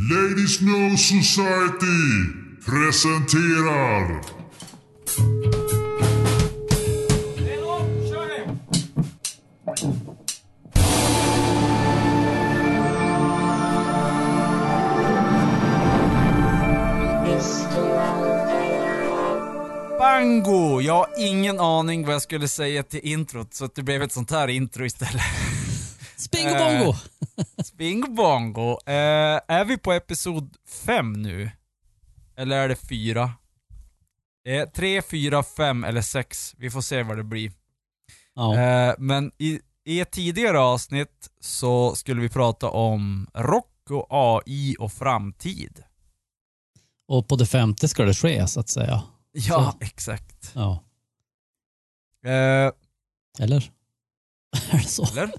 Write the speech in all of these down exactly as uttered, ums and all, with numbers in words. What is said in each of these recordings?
Ladies No Society presenterar Bango! Jag har ingen aning vad jag skulle säga till introt, så att det blev ett sånt här intro istället. Spingo bongo! Eh, Spingo bongo. Eh, är vi på episod fem nu? Eller är det fyra? Eh, tre, fyra, fem eller sex. Vi får se vad det blir. Ja. Eh, men i, i ett tidigare avsnitt så skulle vi prata om rock och A I och framtid. Och på det femte ska det ske, så att säga. Ja, Så. exakt. Ja. Eh, Eller? Är det så? eller?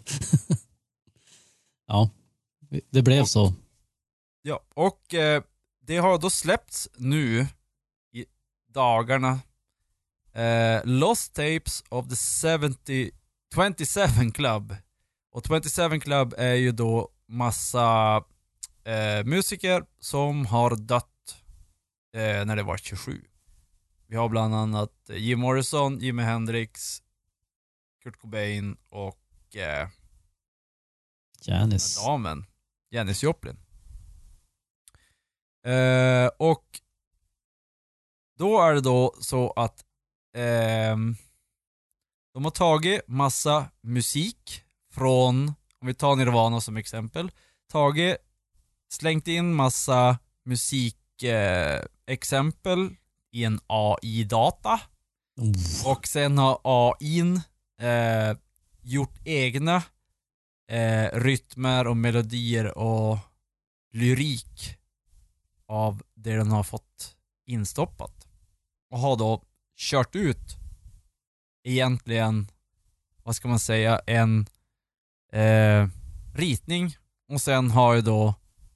Ja, det blev Och- så. Ja, och eh, det har då släppts nu i dagarna eh, Lost Tapes of the seventy, twenty-seven Club. Och twenty-seven Club är ju då massa eh, musiker som har dött eh, när det var tjugosju. Vi har bland annat Jim Morrison, Jimi Hendrix, Kurt Cobain och eh, Janis. damen Janis Joplin. Eh, och då är det då så att ehm, de har tagit massa musik från, om vi tar Nirvana som exempel, tagit, slängt in massa musikexempel eh, exempel i en A I-data. Oh. Och sen har A I:n eh, gjort egna eh, rytmer och melodier och lyrik av det den har fått instoppat. Och har då kört ut egentligen, vad ska man säga, en eh, ritning. Och sen har ju då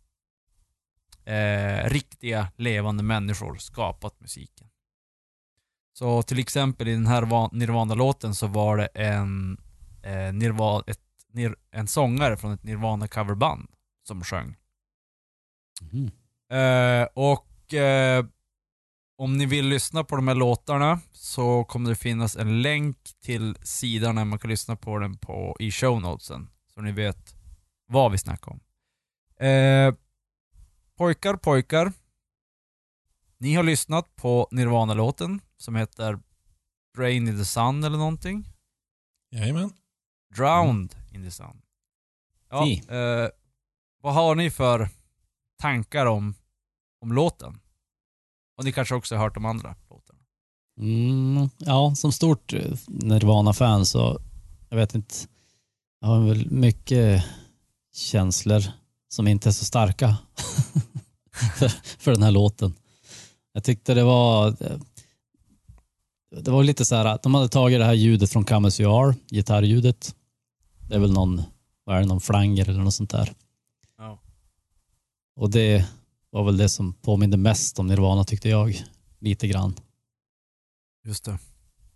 eh, riktiga levande människor skapat musiken. Så till exempel i den här va- Nirvana-låten så var det en eh, Nirvana, ett, nir, en sångare från ett Nirvana-coverband som sjöng. Mm. Eh, och eh, om ni vill lyssna på de här låtarna så kommer det finnas en länk till sidan där man kan lyssna på den på, i show notesen, så ni vet vad vi snackar om. Eh, pojkar, pojkar. Ni har lyssnat på Nirvana-låten som heter Drain in the Sun eller någonting. Jajamän. Drowned in the Sun. Ja, Si. eh, vad har ni för tankar om, om låten? Och ni kanske också har hört de andra låtarna. Mm, ja, som stort eh, Nirvana-fan så jag vet inte, jag har väl mycket känslor som inte är så starka för, för den här låten. Jag tyckte det var det var lite så här att de hade tagit det här ljudet från Come As You Are, gitarrljudet. Det är väl någon, vad är det, någon flanger eller något sånt där. Ja. Och det var väl det som påminner mest om Nirvana, tyckte jag, lite grann. Just det.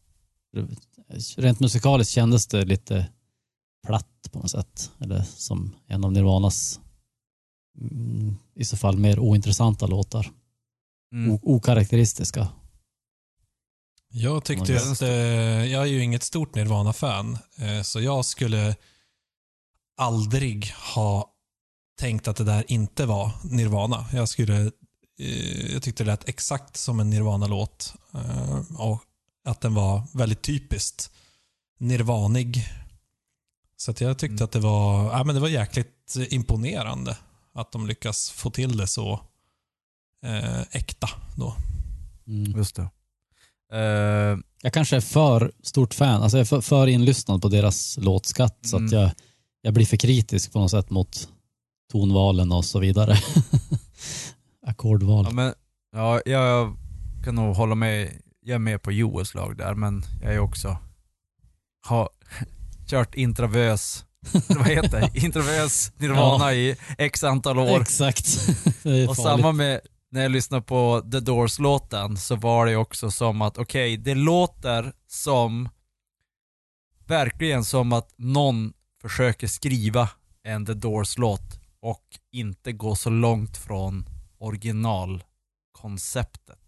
Rent musikaliskt kändes det lite platt på något sätt. Eller som en av Nirvanas mm, i så fall mer ointressanta låtar. Mm. O- okaraktäristiska. Jag tyckte Ja, ju att, eh, jag är ju inget stort Nirvana-fan, eh, så jag skulle aldrig ha tänkt att det där inte var Nirvana. Jag skulle, eh, jag tyckte det lät exakt som en Nirvana-låt, eh, och att den var väldigt typiskt nirvanig. Så att jag tyckte Mm. att det var, ja, men det var jäkligt imponerande att de lyckas få till det så eh, äkta då. Mm. Just det. Eh, Jag kanske är för stort fan. Alltså jag är för, för inlyssnad på deras låtskatt så Mm. att jag, jag blir för kritisk på något sätt mot tonvalen och så vidare. Ackordval. ja, men, ja, jag kan nog hålla med. Jag är med på Joels lag där, men jag är också har kört intravös vad heter det? Intravös Nirvana Ja. i x antal år. Exakt. Det är Och farligt. samma med när jag lyssnade på The Doors-låten, så var det också som att okej, okay, det låter som verkligen som att någon försöker skriva en The Doors-låt och inte gå så långt från originalkonceptet.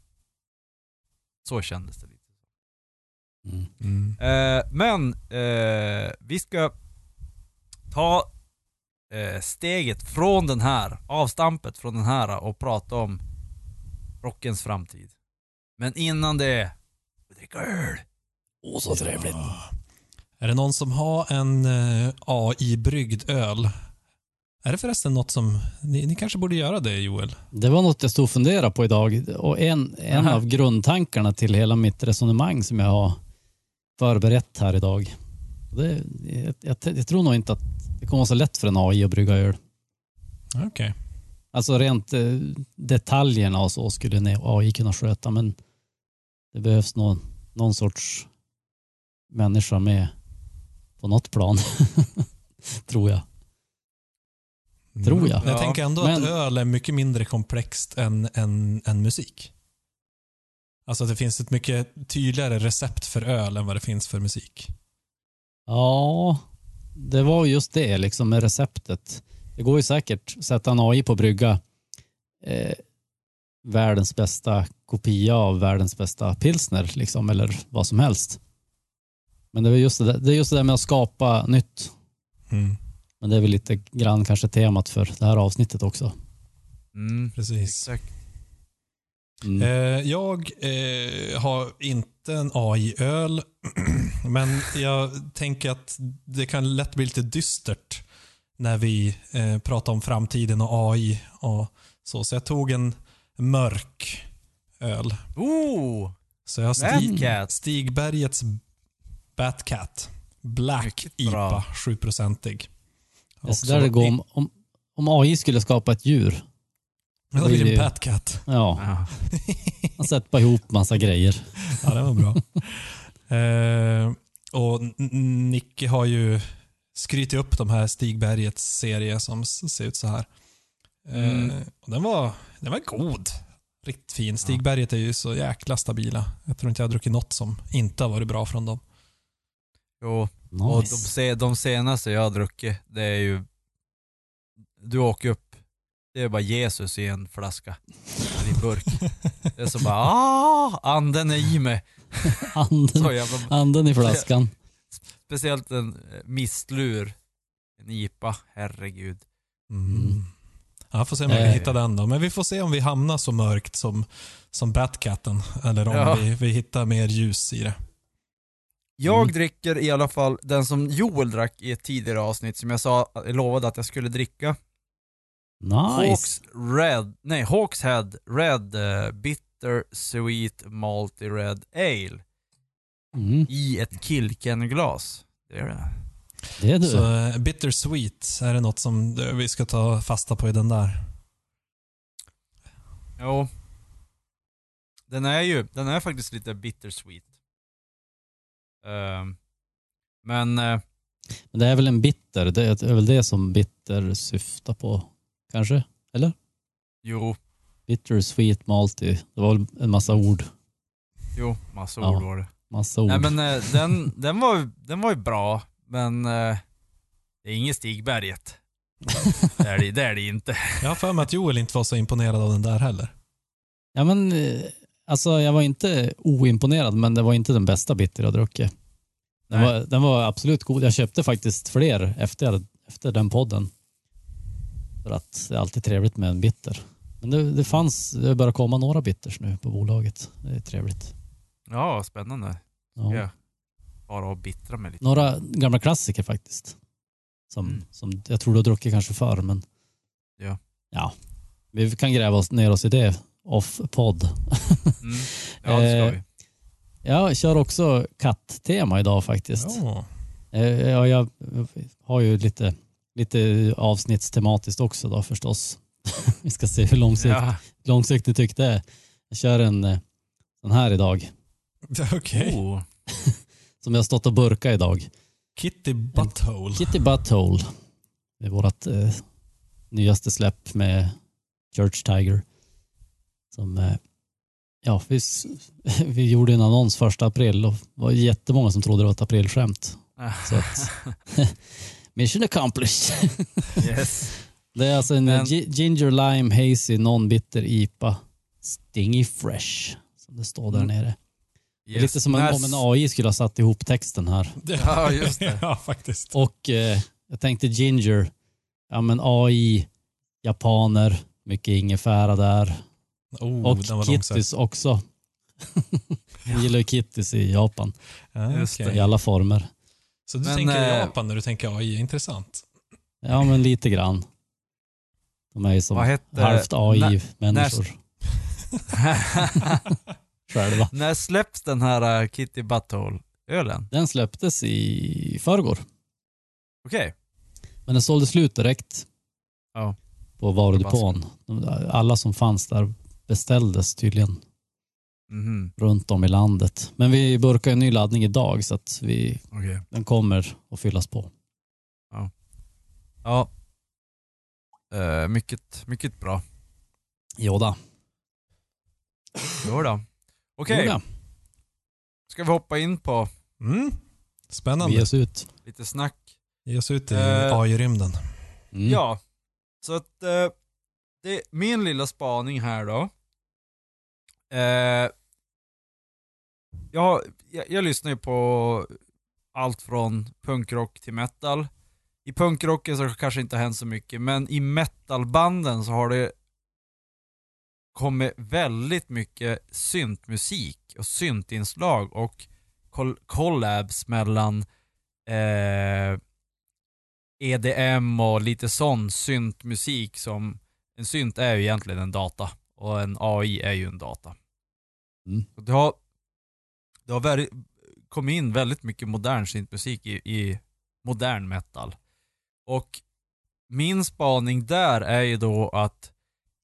Så kändes det lite. Mm. Mm. Eh, men eh, vi ska ta eh, steget från den här, avstampet från den här och prata om rockens framtid. Men innan det, vi dricker öl. Åh, så trevligt. Är det någon som har en eh, A I-bryggd öl? Är det förresten något som... Ni, ni kanske borde göra det, Joel? Det var något jag stod och funderade på idag. Och en, en Aha. av grundtankarna till hela mitt resonemang som jag har förberett här idag. Det, jag, jag, jag tror nog inte att det kommer vara så lätt för en A I att brygga öl. Okej. Okay. Alltså rent eh, detaljerna och så skulle en A I kunna sköta, men det behövs någon, någon sorts människa med på något plan. Tror jag. Tror jag. Jag Ja. tänker ändå Men- att öl är mycket mindre komplext än, än, än musik. Alltså att det finns ett mycket tydligare recept för öl än vad det finns för musik. Ja, det var just det liksom med receptet. Det går ju säkert att sätta en A I på att brygga eh, världens bästa kopia av världens bästa pilsner liksom, eller vad som helst. Men det är just det, där, det är just det där med att skapa nytt. Mm. Men det är väl lite grann kanske temat för det här avsnittet också. Mm, Precis. exakt. Mm. Eh, jag eh, har inte en A I-öl, men jag tänker att det kan lätt bli lite dystert när vi eh, pratar om framtiden och A I och så. Så jag tog en mörk öl. Oh! Så jag har Stig, Batcat. Stigbergets Batcat. Black Mycket I P bra. A, sju-procentig. Det är så där det går om, om, om A I skulle skapa ett djur. Ja, det blir det är en ju- Batcat. Ja, Ja. man sätter ihop massa grejer. Ja, det var bra. eh, och N- N- Nicke har ju skrytit upp de här Stigbergets serie som s- ser ut så här. Eh, Mm. och den var, den var god. Riktigt fin. Stigberget är ju så jäkla stabila. Jag tror inte jag har druckit något som inte har varit bra från dem. Jo, och de, Nice. se, de senaste jag har druckit, det är ju... Du åker upp, det är bara Jesus i en flaska. Eller i burk. Det är så bara, ah, anden är i mig. Så Anden, jävla, anden i flaskan. speciellt en eh, mistlur. En I P A, herregud. Mm. Mm. Ja, får se om vi kan Eh. hitta den då. Men vi får se om vi hamnar så mörkt som, som Batcatten. Eller om Ja. vi, vi hittar mer ljus i det. Jag Mm. dricker i alla fall den som Joel drack i ett tidigare avsnitt, som jag sa, jag lovade att jag skulle dricka. Nice. Hawks Red, nej Hawks Head Red uh, Bitter Sweet Malty Red Ale Mm, i ett Kilken-glas. Det är det. det är du. Så eh, bittersweet, är det något som eh, vi ska ta fasta på i den där? Jo. Den är ju, den är faktiskt lite bittersweet. Ehm, men uh, Men det är väl en bitter. Det är väl det som bitter syftar på. Kanske? Eller? jo, Bitter, sweet, malty. Det var väl en massa ord. jo, massa Ja. ord var det. Massa ord. Nej men eh, den, den, var, den var ju bra, men eh, det är inget Stigberget. det, är det, det är det inte. Jag har för mig att Joel inte var så imponerad av den där heller. Ja men, eh, alltså jag var inte oimponerad, men det var inte den bästa bitter jag druckit. Den Nej. var, den var absolut god. Jag köpte faktiskt fler efter, efter den podden. För att det är alltid trevligt med en bitter. Men det, det fanns, det börjar komma några bitters nu på bolaget. Det är trevligt. Ja, spännande. Ja. Ja. Bara att bittra med lite. Några gamla klassiker faktiskt. Som, Mm. som jag tror du har druckit kanske förr, men Ja. ja. Vi kan gräva oss ner oss i det off-podd. Mm. Ja, det ska Eh, vi. Jag kör också katttema idag faktiskt. Ja. Eh, Ja, jag har ju lite, lite avsnittstematiskt också då förstås. Vi ska se hur långsikt, Ja. långsiktigt tyckte det är. Jag kör en eh, sån här idag. Okej. Oh. Som jag har stått och burka idag. Kitty Butthole. Kitty Butthole. Det är vårt eh, nyaste släpp med Church Tiger. Som, eh, ja, vi, s- vi gjorde en annons första april och det var jättemånga som trodde det var ett aprilskämt. Så att, mission accomplished. Yes. Det är alltså en Men- gi- Ginger Lime Hazy Non-Bitter I P A Stingy Fresh, som det står där Mm. nere. Det är Yes. lite som en, När- om en A I skulle ha satt ihop texten här. Ja, just det. Ja, faktiskt. Och eh, jag tänkte Ginger, ja men A I, japaner, mycket ingefära där. Oh, Och den var långsökt. kitties också. Jag gillar ju kitties i Japan, Ja, Just okej. i alla former. Så du Men, tänker eh, Japan när du tänker A I, intrant. Ja, men lite grann. De är ju som Vad hette- halvt A I-människor själva. När släpps den här uh, Kitty Butthole-ölen? Den släpptes i förrgår, Okej. men den sålde slut direkt Ja. på varudepån. De- Alla som fanns där beställdes tydligen Mhm. runt om i landet. Men vi burkar en ny laddning idag, så att vi, Okej. den kommer att fyllas på. Ja. Eh, mycket, mycket bra. Joda. Jo då. Okej, Joda. ska vi hoppa in på Mm. Vi Spännande. ges ut. lite snack? Ge oss ut i Eh, A I-rymden. Mm. Ja, så att eh, det, min lilla spaning här då. Eh, jag, jag, jag lyssnar ju på allt från punkrock till metal. I punkrocken så har det kanske inte hänt så mycket, men i metalbanden så har det kommit väldigt mycket syntmusik och syntinslag och col- collabs mellan eh, E D M och lite sån syntmusik. Som en synt är ju egentligen en data och en A I är ju en data. Mm. Och det har, det har väl, kommit in väldigt mycket modern syntmusik i, i modern metal. Och min spaning där är ju då att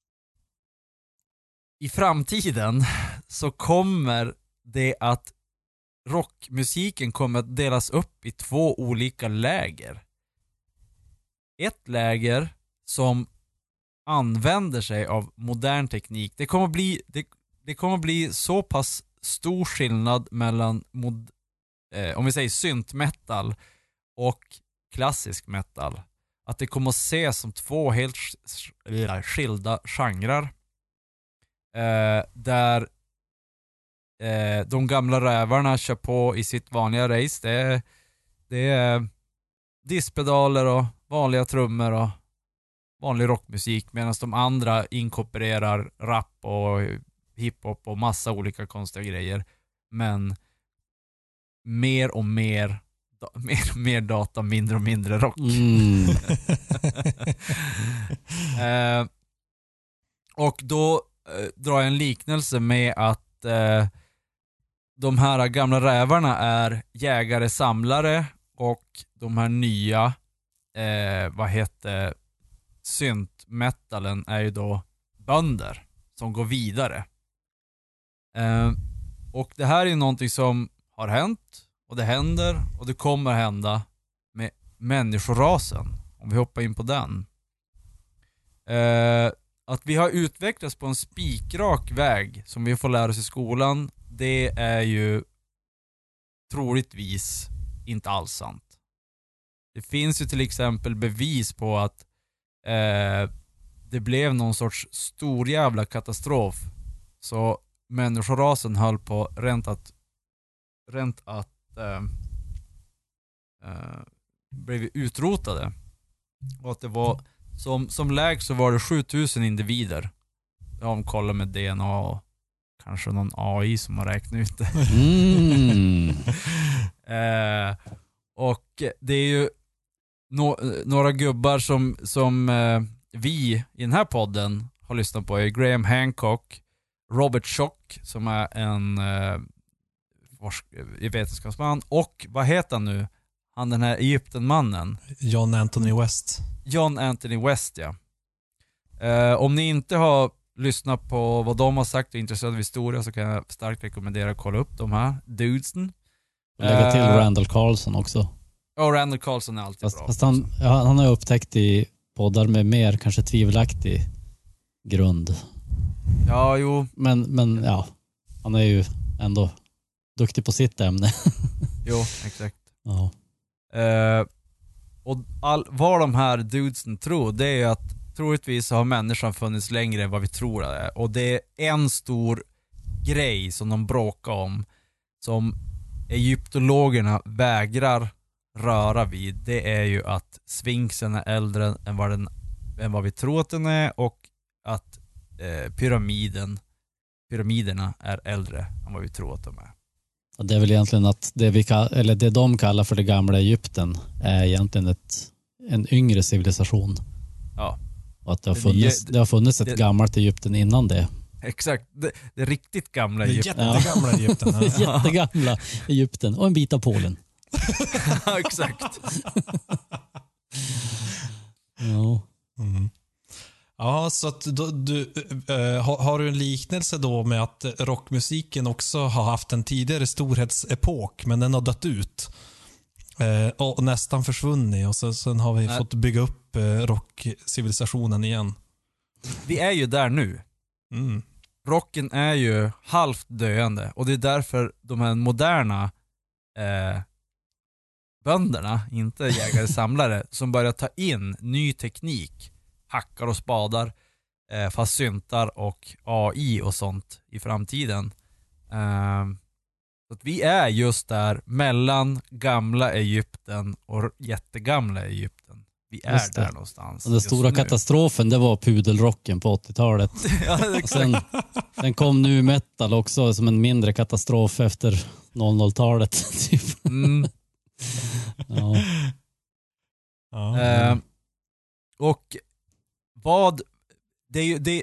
i framtiden så kommer det att rockmusiken kommer att delas upp i två olika läger. Ett läger som använder sig av modern teknik. Det kommer att bli, det, det kommer att bli så pass stor skillnad mellan mod, eh, om vi säger syntmetal och klassisk metal, att det kommer att ses som två helt sk- skilda genrer. Eh, där eh, de gamla rävarna kör på i sitt vanliga race. Det är, det är diskpedaler och vanliga trummor och vanlig rockmusik, medan de andra inkorporerar rap och hiphop och massa olika konstiga grejer. Men mer och mer da, mer och mer data, mindre och mindre rock. Mm. eh, och då eh, drar jag en liknelse med att eh, de här gamla rävarna är jägare, samlare, och de här nya eh, vad heter syntmetalen är ju då bönder som går vidare. Eh, och det här är ju någonting som har hänt, och det händer, och det kommer hända med människorasen, om vi hoppar in på den. Eh, att vi har utvecklats på en spikrak väg som vi får lära oss i skolan, det är ju troligtvis inte alls sant. Det finns ju till exempel bevis på att eh, det blev någon sorts stor jävla katastrof, så människorasen höll på rent att rent att eh, eh, blev utrotade, och att det var som, som lägst så var det sjutusen individer. Jag har kollat med D N A och kanske någon A I som har räknat ut det. Mm. eh, och det är ju no- några gubbar som, som eh, vi i den här podden har lyssnat på, är Graham Hancock, Robert Schock som är en eh, forsk- vetenskapsman, och vad heter han nu? Han den här Egyptenmannen. John Anthony West. John Anthony West, ja. Eh, om ni inte har lyssnat på vad de har sagt och är intresserade av historia, så kan jag starkt rekommendera att kolla upp de här dudesen. Och lägga till Eh, Randall Carlson också. Och Randall Carlson är alltid Fast, bra. fast han, ja, han har ju upptäckt i poddar med mer kanske tvivelaktig grund. Ja, jo. Men, men ja, han är ju ändå duktig på sitt ämne. Jo, exakt. Ja. Eh, och all, vad de här dudesen tror, det är att troligtvis har människan funnits längre än vad vi tror det är. Och det är en stor grej som de bråkar om, som egyptologerna vägrar röra vid. Det är ju att Sphinxen är äldre än vad, den, än vad vi tror att den är, och att eh, pyramiden, pyramiderna är äldre än vad vi tror att de är. Och det är väl egentligen att det, vi kall, eller det de kallar för det gamla Egypten är egentligen ett, en yngre civilisation. Ja. Och att det har Det funnits, nya- det har funnits ett det- gammalt Egypten innan det. Exakt, det, det riktigt gamla Det Egypten. jättegamla Egypten. Det jättegamla Egypten och en bit av Polen. Ja, exakt. Ja. Mm. Ja, så att då, du, äh, har, har du en liknelse då med att rockmusiken också har haft en tidigare storhetsepok, men den har dött ut äh, och nästan försvunnit, och så, sen har vi Nej. fått bygga upp äh, rockcivilisationen igen. Vi är ju där nu. Mm. Rocken är ju halvt döende, och det är därför de här moderna eh, bönderna, inte jägare-samlare, som börjar ta in ny teknik, hackar och spadar, eh, fast syntar och A I och sånt i framtiden. Eh, så att vi är just där mellan gamla Egypten och jättegamla Egypten. Vi är Just det. där någonstans. Och den just stora nu. katastrofen, det var pudelrocken på åttiotalet. Ja, Och exakt. sen, sen kom nu metal också som en mindre katastrof efter noll noll-talet. Typ. Mm. Ja. Ja. Eh, och vad det är ju det,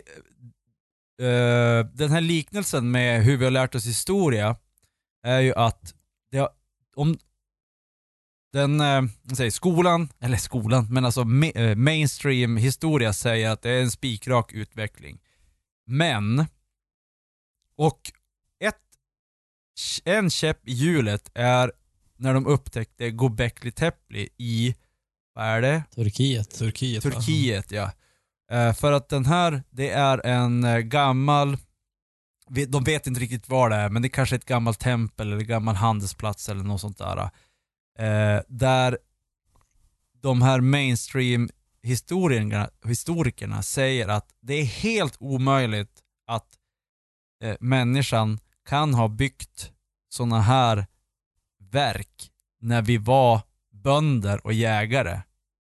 eh, den här liknelsen med hur vi har lärt oss historia är ju att det har, om den eh, säger skolan eller skolan men alltså ma, eh, mainstream historia säger att det är en spikrak utveckling, men och ett en käpp i hjulet är när de upptäckte Göbekli Tepe i, vad är det? Turkiet. Turkiet. va? Turkiet, ja. Eh, för att den här, det är en eh, gammal, vi- de vet inte riktigt vad det är, men det är kanske ett gammalt tempel eller gammal handelsplats eller något sånt där. Eh, där de här mainstream historikerna, historikerna säger att det är helt omöjligt att eh, människan kan ha byggt såna här verk när vi var bönder och jägare.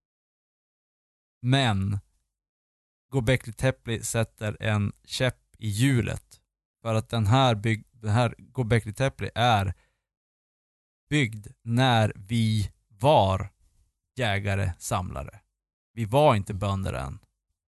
Men Göbekli Tepe sätter en käpp i hjulet, för att den här, bygg, den här Göbekli Tepe är byggd när vi var jägare, samlare. Vi var inte bönder än.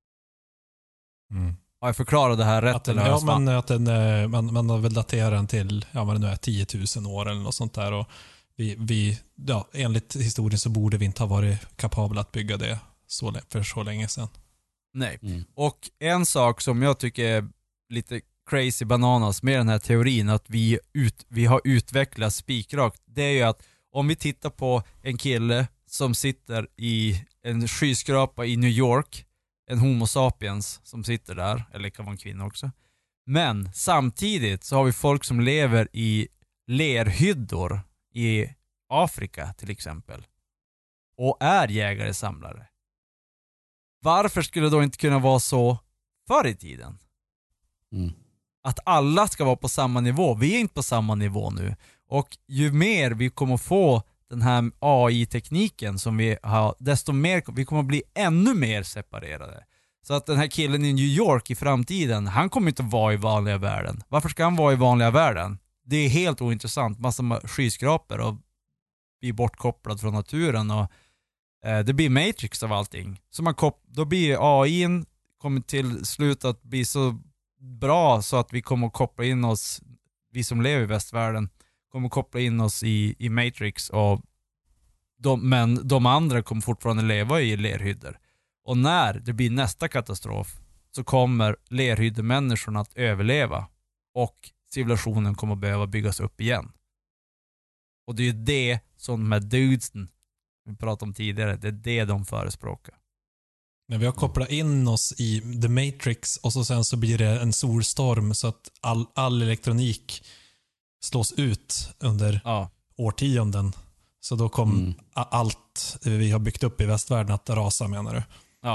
Mm. Har jag förklarat det här rätt? Att den, eller har ja, jag svan- men att den, eh, man, man har väl daterat den till, ja vad det nu är, tio tusen år eller något sånt där. Och vi, vi, ja, enligt historien så borde vi inte ha varit kapabla att bygga det så, lä- för så länge sedan. Nej. Mm. Och en sak som jag tycker är lite crazy bananas med den här teorin att vi, ut, vi har utvecklats spikrakt, det är ju att om vi tittar på en kille som sitter i en skyskrapa i New York, en homo sapiens som sitter där, eller det kan vara en kvinna också, men samtidigt så har vi folk som lever i lerhyddor i Afrika till exempel och är jägare samlare. Varför skulle det då inte kunna vara så förr i tiden? Mm. Att alla ska vara på samma nivå. Vi är inte på samma nivå nu. Och ju mer vi kommer få den här A I-tekniken som vi har, desto mer vi kommer bli ännu mer separerade. Så att den här killen i New York i framtiden, han kommer inte vara i vanliga världen. Varför ska han vara i vanliga världen? Det är helt ointressant. Massa skyskrapor och bli bortkopplad från naturen och eh, det blir Matrix av allting. Så man kop- då blir A I:n kommer till slut att bli så bra så att vi kommer att koppla in oss, vi som lever i västvärlden kommer att koppla in oss i, i Matrix och de, men de andra kommer fortfarande leva i lerhyddor. Och när det blir nästa katastrof så kommer lerhyddemänniskorna att överleva och civilisationen kommer att behöva byggas upp igen. Och det är ju det som de här dudesen vi pratade om tidigare, det är det de förespråkar. När vi har kopplat in oss i The Matrix och så sen så blir det en solstorm så att all, all elektronik slås ut under Ja. årtionden. Så då kom Mm. a- allt vi har byggt upp i västvärlden att rasa, menar du? Ja.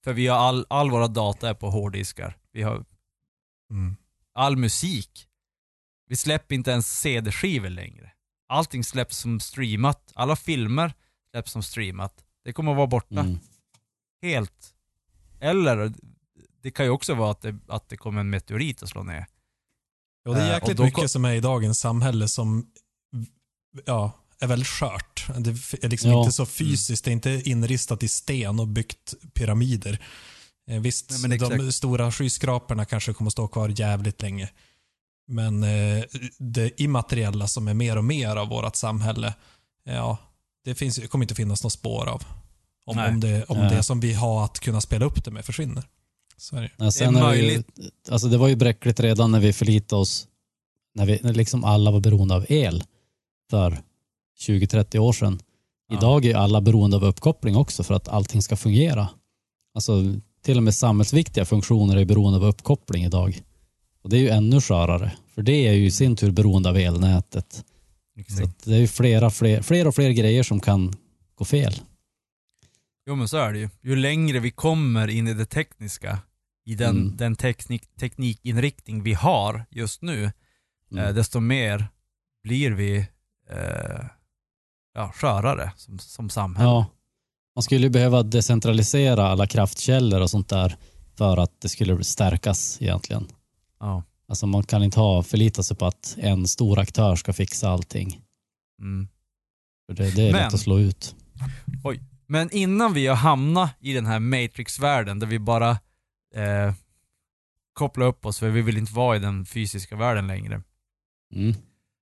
För vi har all, all våra data är på hårddiskar. Vi har Mm. all musik. Vi släpper inte ens C D-skivor längre. Allting släpps som streamat. Alla filmer släpps som streamat. Det kommer att vara borta. Mm. Helt. Eller det kan ju också vara att det, att det kommer en meteorit att slå ner. Ja, det är Eh, jäkligt och då mycket ko- som är i dagens samhälle som ja, är väldigt skört. Det är liksom Ja. inte så fysiskt, det är inte inristat i sten och byggt pyramider. Eh, visst, Nej, men de exakt. stora skyskraporna kanske kommer att stå kvar jävligt länge. Men eh, det immateriella som är mer och mer av vårt samhälle, ja, det finns, kommer inte finnas något spår av. Om, Nej. om, det, om Nej. det som vi har att kunna spela upp det med försvinner. Så är det. Ja, sen Det är är det ju, möjligt. alltså det var ju bräckligt redan när vi förlitade oss, när, vi, när liksom alla var beroende av el för tjugo trettio år sedan. Ja. Idag är alla beroende av uppkoppling också för att allting ska fungera. Alltså till och med samhällsviktiga funktioner är beroende av uppkoppling idag. Och det är ju ännu skörare, för det är ju i sin tur beroende av elnätet. Så att det är ju flera, fler, fler och fler grejer som kan gå fel. Jo men så är det ju. Ju längre vi kommer in i det tekniska, i den, Mm. den teknik, teknikinriktning vi har just nu, Mm. eh, desto mer blir vi eh, ja, skörare som, som samhälle. Ja, man skulle ju behöva decentralisera alla kraftkällor och sånt där för att det skulle stärkas egentligen. Ja. Alltså man kan inte ha förlita sig på att en stor aktör ska fixa allting. Mm. För det, det är Men- lätt att slå ut. Men innan vi har hamnat i den här Matrix-världen där vi bara eh, kopplar upp oss, för vi vill inte vara i den fysiska världen längre. Mm.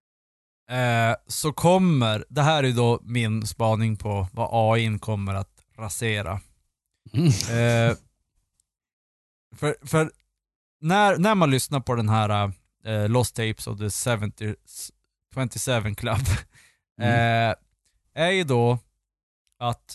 Eh, så kommer, det här är då min spaning på vad A I kommer att rasera. Mm. Eh, för för när, när man lyssnar på den här eh, Lost Tapes of the seventy, twenty-seven Club eh, är ju då att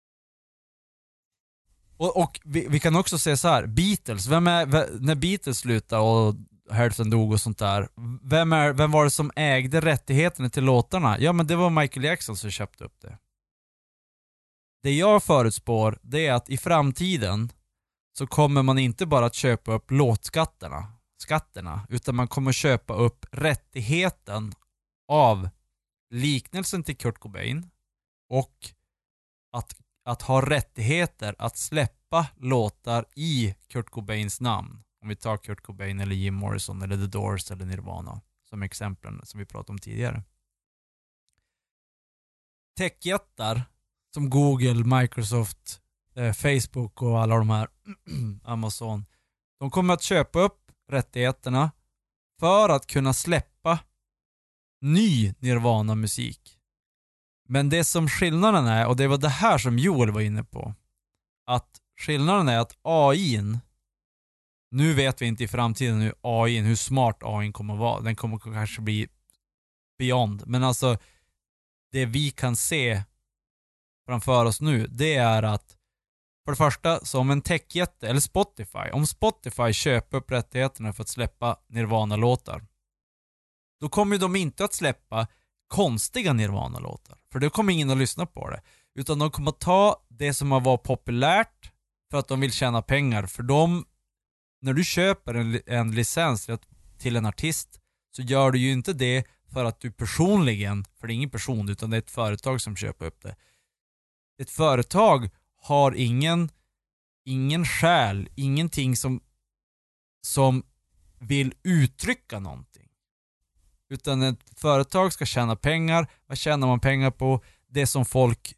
och, och vi, vi kan också säga så här: Beatles, vem är, v- när Beatles slutade och hälften dog och sånt där, vem, är, vem var det som ägde rättigheterna till låtarna? Ja, men det var Michael Jackson som köpte upp det. Det jag förutspår, det är att i framtiden så kommer man inte bara att köpa upp låtskatterna, skatterna, utan man kommer köpa upp rättigheten av liknelsen till Kurt Cobain och att, att ha rättigheter att släppa låtar i Kurt Cobains namn. Om vi tar Kurt Cobain eller Jim Morrison eller The Doors eller Nirvana som exemplen som vi pratade om tidigare. Techjättar som Google, Microsoft, eh, Facebook och alla de här Amazon, de kommer att köpa upp rättigheterna för att kunna släppa ny Nirvana-musik. Men det som skillnaden är, och det var det här som Joel var inne på, att skillnaden är att A I:n, nu vet vi inte i framtiden hur A I, hur smart A I kommer att vara. Den kommer kanske bli beyond. Men alltså, det vi kan se framför oss nu, det är att för det första, som en techjätte, eller Spotify, om Spotify köper upp rättigheterna för att släppa Nirvana-låtar, då kommer de inte att släppa konstiga Nirvana-låtar. För då kommer ingen att lyssna på det. Utan de kommer att ta det som har varit populärt för att de vill tjäna pengar. För de, när du köper en, en licens till en artist, så gör du ju inte det för att du personligen, för det är ingen person utan det är ett företag som köper upp det. Ett företag har ingen ingen själ, ingenting som som vill uttrycka någonting. Utan ett företag ska tjäna pengar. Vad tjänar man pengar på? Det som folk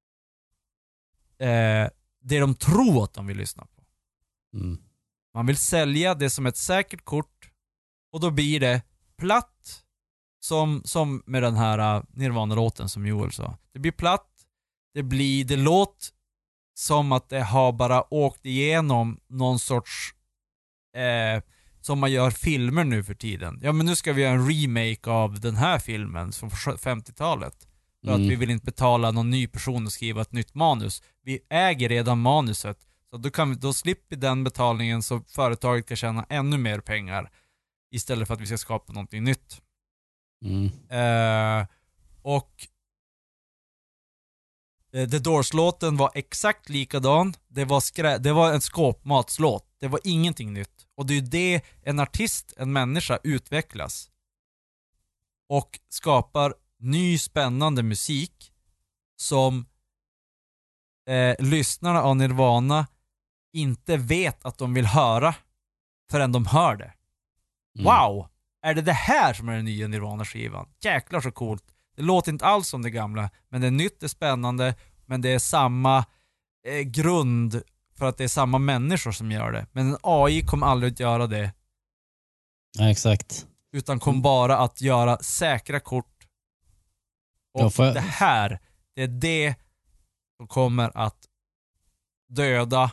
eh, det de tror att de vill lyssna på. Mm. Man vill sälja det som ett säkert kort, och då blir det platt, som, som med den här uh, Nirvana-låten som Joel sa. Det blir platt, det blir, det låt som att det har bara åkt igenom någon sorts eh, som man gör filmer nu för tiden. Ja, men nu ska vi göra en remake av den här filmen från femtiotalet. För Mm. att vi vill inte betala någon ny person och skriva ett nytt manus. Vi äger redan manuset. Så då, kan vi, då slipper den betalningen, så företaget kan tjäna ännu mer pengar istället för att vi ska skapa någonting nytt. Mm. Eh, och Eh, The Doors-låten var exakt likadan. Det var, skrä- det var en skåpmatslåt. Det var ingenting nytt. Och det är ju det en artist, en människa utvecklas. Och skapar ny spännande musik som eh, lyssnarna av Nirvana inte vet att de vill höra förrän de hör det. Mm. Wow! Är det det här som är den nya Nirvana-skivan? Jäklar så coolt. Det låter inte alls som det gamla, men det är nytt, det är spännande, men det är samma eh, grund för att det är samma människor som gör det. Men en A I kommer aldrig att göra det, Ja, exakt. utan kommer bara att göra säkra kort. Och Ja, för- det här, det är det som kommer att döda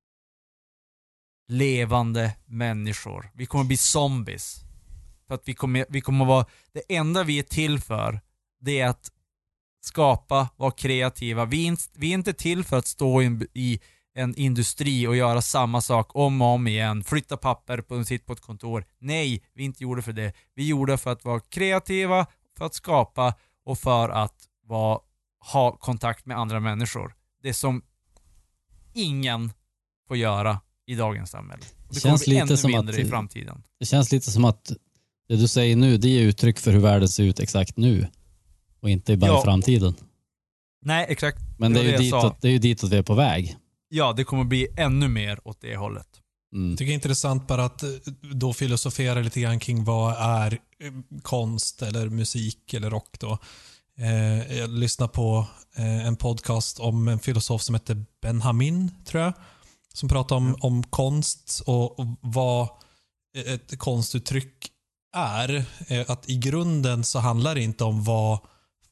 levande människor. Vi kommer bli zombies. För att vi kommer, vi kommer vara, det enda vi är till för, det är att skapa, vara kreativa. Vi är inte, vi är inte till för att stå in, i en industri och göra samma sak om och om igen. Flytta papper på, sitt på ett kontor. Nej, vi inte gjorde för det. Vi gjorde för att vara kreativa, för att skapa och för att vara, ha kontakt med andra människor. Det som ingen får göra i dagens samhälle. Det, det känns kommer bli lite ännu som mindre att- i framtiden. Det känns lite som att det du säger nu, det är uttryck för hur världen ser ut exakt nu. Och inte bara Ja. i framtiden. Nej, exakt. Men det, var är ju jag sa. ditåt, det är ju ditåt vi är på väg. Ja, det kommer bli ännu mer åt det hållet. Mm. Jag tycker det är intressant bara att eh, då filosofera lite grann kring vad är eh, konst eller musik eller rock då. Eh, jag lyssnade på eh, en podcast om en filosof som heter Benjamin, tror jag. Som pratar om, om konst och, och vad ett konstuttryck är. Eh, att i grunden så handlar det inte om vad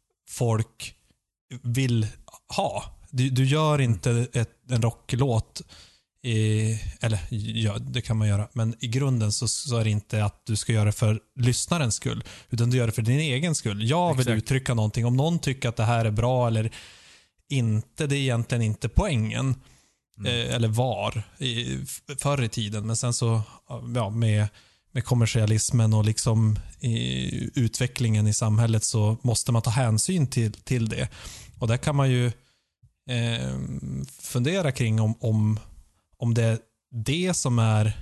folk vill ha. Du, du gör inte ett, en rocklåt i, eller ja, det kan man göra, men i grunden så, så är det inte att du ska göra det för lyssnarens skull, utan du gör det för din egen skull. Jag vill Exakt. uttrycka någonting. Om någon tycker att det här är bra eller inte, det är egentligen inte poängen. Mm. Eh, eller var i, f- förr i tiden, men sen så ja, med, med kommersialismen och liksom i utvecklingen i samhället så måste man ta hänsyn till, till det. Och där kan man ju eh, fundera kring om, om, om det är det som är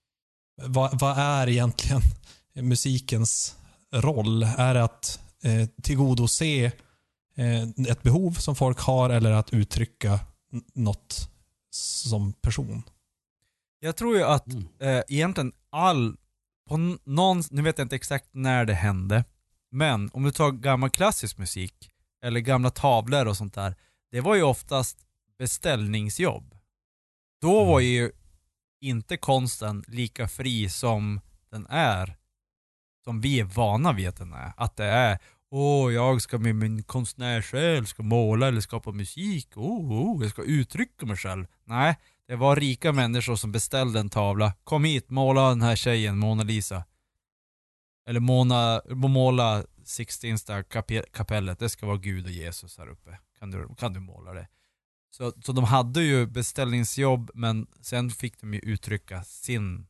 vad, vad är egentligen musikens roll? Är det att eh, tillgodose eh, ett behov som folk har eller att uttrycka n- något som person? Jag tror ju att Mm. eh, egentligen all, på n- någon, nu vet jag inte exakt när det hände, men om du tar gammal klassisk musik eller gamla tavlor och sånt där, det var ju oftast beställningsjobb. Då var ju inte konsten lika fri som den är, som vi är vana vid att den är. Att det är, åh, jag ska med min konstnärssjäl ska måla eller skapa musik, åh, oh, jag ska uttrycka mig själv. Nej, det var rika människor som beställde en tavla. Kom hit, måla den här tjejen, Mona Lisa. Eller Mona, måla Sixtinska kape- kapellet. Det ska vara Gud och Jesus här uppe. Kan du, kan du måla det? Så, så de hade ju beställningsjobb, men sen fick de ju uttrycka sin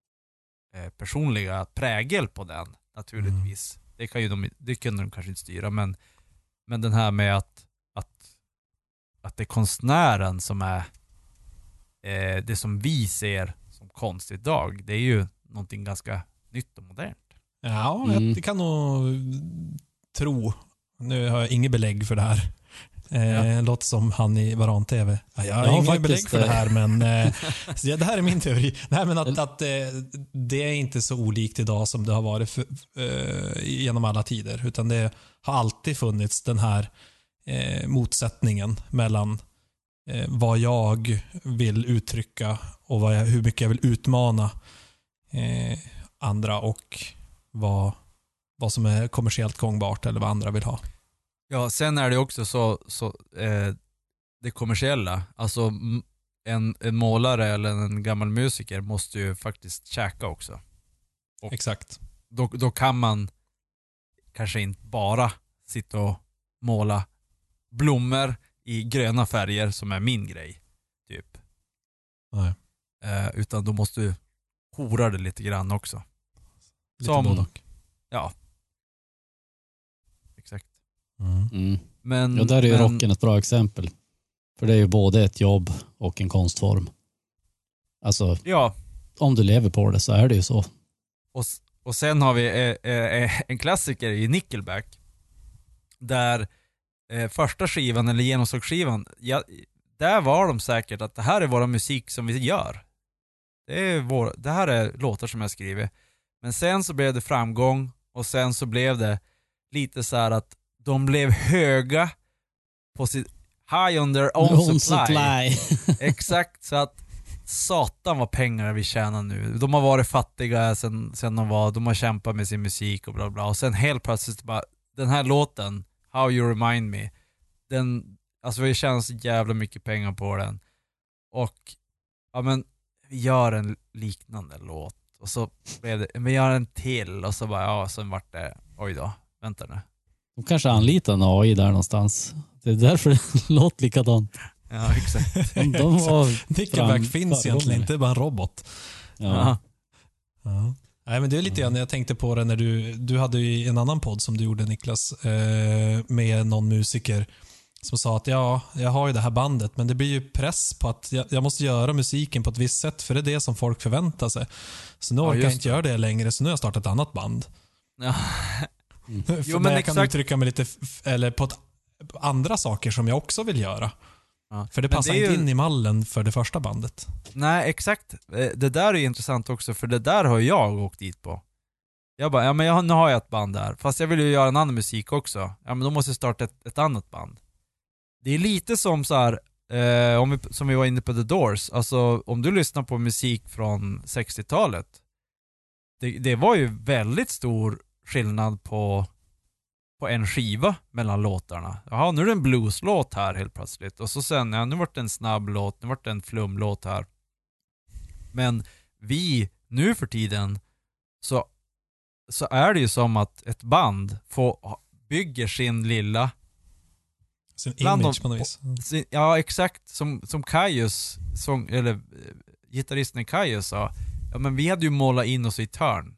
eh, personliga prägel på den, naturligtvis. Mm. Det, kan ju de, det kunde de kanske inte styra, men, men den här med att, att, att det är konstnären som är eh, det som vi ser som konst idag, det är ju någonting ganska nytt och modernt. Ja, Mm. jag kan nog tro. Nu har jag inget belägg för det här. Eh, Ja. Låter som han i Varan-T V. Ja, jag har Ja, inget faktiskt, belägg för det här, men eh, så ja, det här är min teori. Nej, men att, att eh, det är inte så olikt idag som det har varit för, eh, genom alla tider, utan det har alltid funnits den här eh, motsättningen mellan eh, vad jag vill uttrycka och vad jag, hur mycket jag vill utmana eh, andra och vad, vad som är kommersiellt gångbart eller vad andra vill ha. Ja, sen är det också så, så eh, det kommersiella, alltså m- en, en målare eller en gammal musiker måste ju faktiskt käka också. Och Exakt. Då, då kan man kanske inte bara sitta och måla blommor i gröna färger som är min grej, typ. Nej. Eh, utan då måste du hora det lite grann också. Lite Som- både och. Ja. Exakt. Mm. Mm. Men, Ja, där är ju men, rocken ett bra exempel. För det är ju både ett jobb och en konstform. Alltså, Ja, om du lever på det så är det ju så. och, och sen har vi eh, eh, en klassiker i Nickelback. Där eh, första skivan, eller genomslagsskivan, ja, där var de säkert att det här är vår musik som vi gör. Det, är vår, det här är låtar som jag skriver. Men sen så blev det framgång, och sen så blev det lite så här att de blev höga på sitt high on their own Own supply. supply. Exakt, så att satan vad pengar vi tjänar nu. De har varit fattiga sen, sen de var, de har kämpat med sin musik och bla bla. Och sen helt plötsligt bara, den här låten, How You Remind Me, den, alltså vi tjänar så jävla mycket pengar på den. Och ja, men vi gör en liknande låt, och så blev det, vi gör en till, och så bara, ja, sen vart det, oj då, vänta nu. De kanske anlitar en A I där någonstans. Det är därför det låter likadant. Ja, exakt. De, de var Nickelback fram- finns egentligen föregångare. inte, bara en robot. Ja. Ja. Nej, men det är lite grann, jag tänkte på det när du, du hade ju en annan podd som du gjorde, Niklas, eh, med någon musiker som sa att ja, jag har ju det här bandet, men det blir ju press på att jag, jag måste göra musiken på ett visst sätt, för det är det som folk förväntar sig. Så nu Ja, orkar jag just inte göra det längre, så nu har jag startat ett annat band. Ja. För Jo, men men jag exakt. kan uttrycka mig lite, f- eller på ett, andra saker som jag också vill göra. Ja. För det Men passar det är inte ju- in i mallen för det första bandet. Nej, exakt. Eh, Det där är ju intressant också, för det där har jag åkt dit på. Jag bara, ja men jag, nu har jag ett band där, fast jag vill ju göra en annan musik också. Ja, men då måste jag starta ett, ett annat band. Det är lite som så här, eh, om vi, som vi var inne på The Doors. Alltså om du lyssnar på musik från sextiotalet, det, det var ju väldigt stor skillnad på på en skiva mellan låtarna. Jaha, nu är det en blueslåt här helt plötsligt. Och så sen, ja, nu vart det en snabb låt, nu vart det en flumlåt här. Men vi, nu för tiden, så, så är det ju som att ett band får, bygger sin lilla, Sin Bland image de- på något vis. sin, ja exakt, som, som Kaius, sång, eller eh, gitarristen Kaius sa, ja men vi hade ju målat in oss i ett hörn.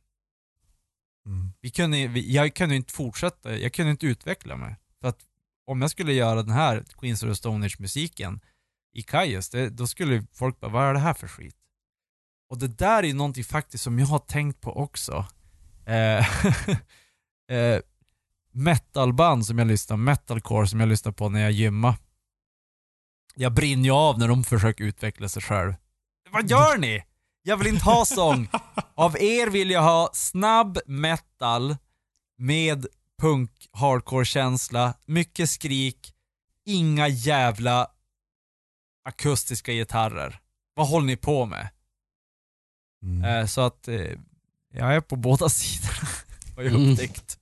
Mm. Vi kunde, vi, jag kunde inte fortsätta, jag kunde inte utveckla mig. För att om jag skulle göra den här Queens of the Stone Age-musiken i Kaius, det, då skulle folk bara, vad är det här för skit? Och det där är någonting faktiskt som jag har tänkt på också. Eh, eh, metalband som jag lyssnar, metalcore som jag lyssnar på när jag gymmar. Jag brinner ju av när de försöker utveckla sig själv. Vad gör ni? Jag vill inte ha sång. Av er vill jag ha snabb metal med punk, hardcore-känsla, mycket skrik, inga jävla akustiska gitarrer. Vad håller ni på med? Mm. Eh, så att eh, jag är på båda sidorna, har jag Mm. upptäckt.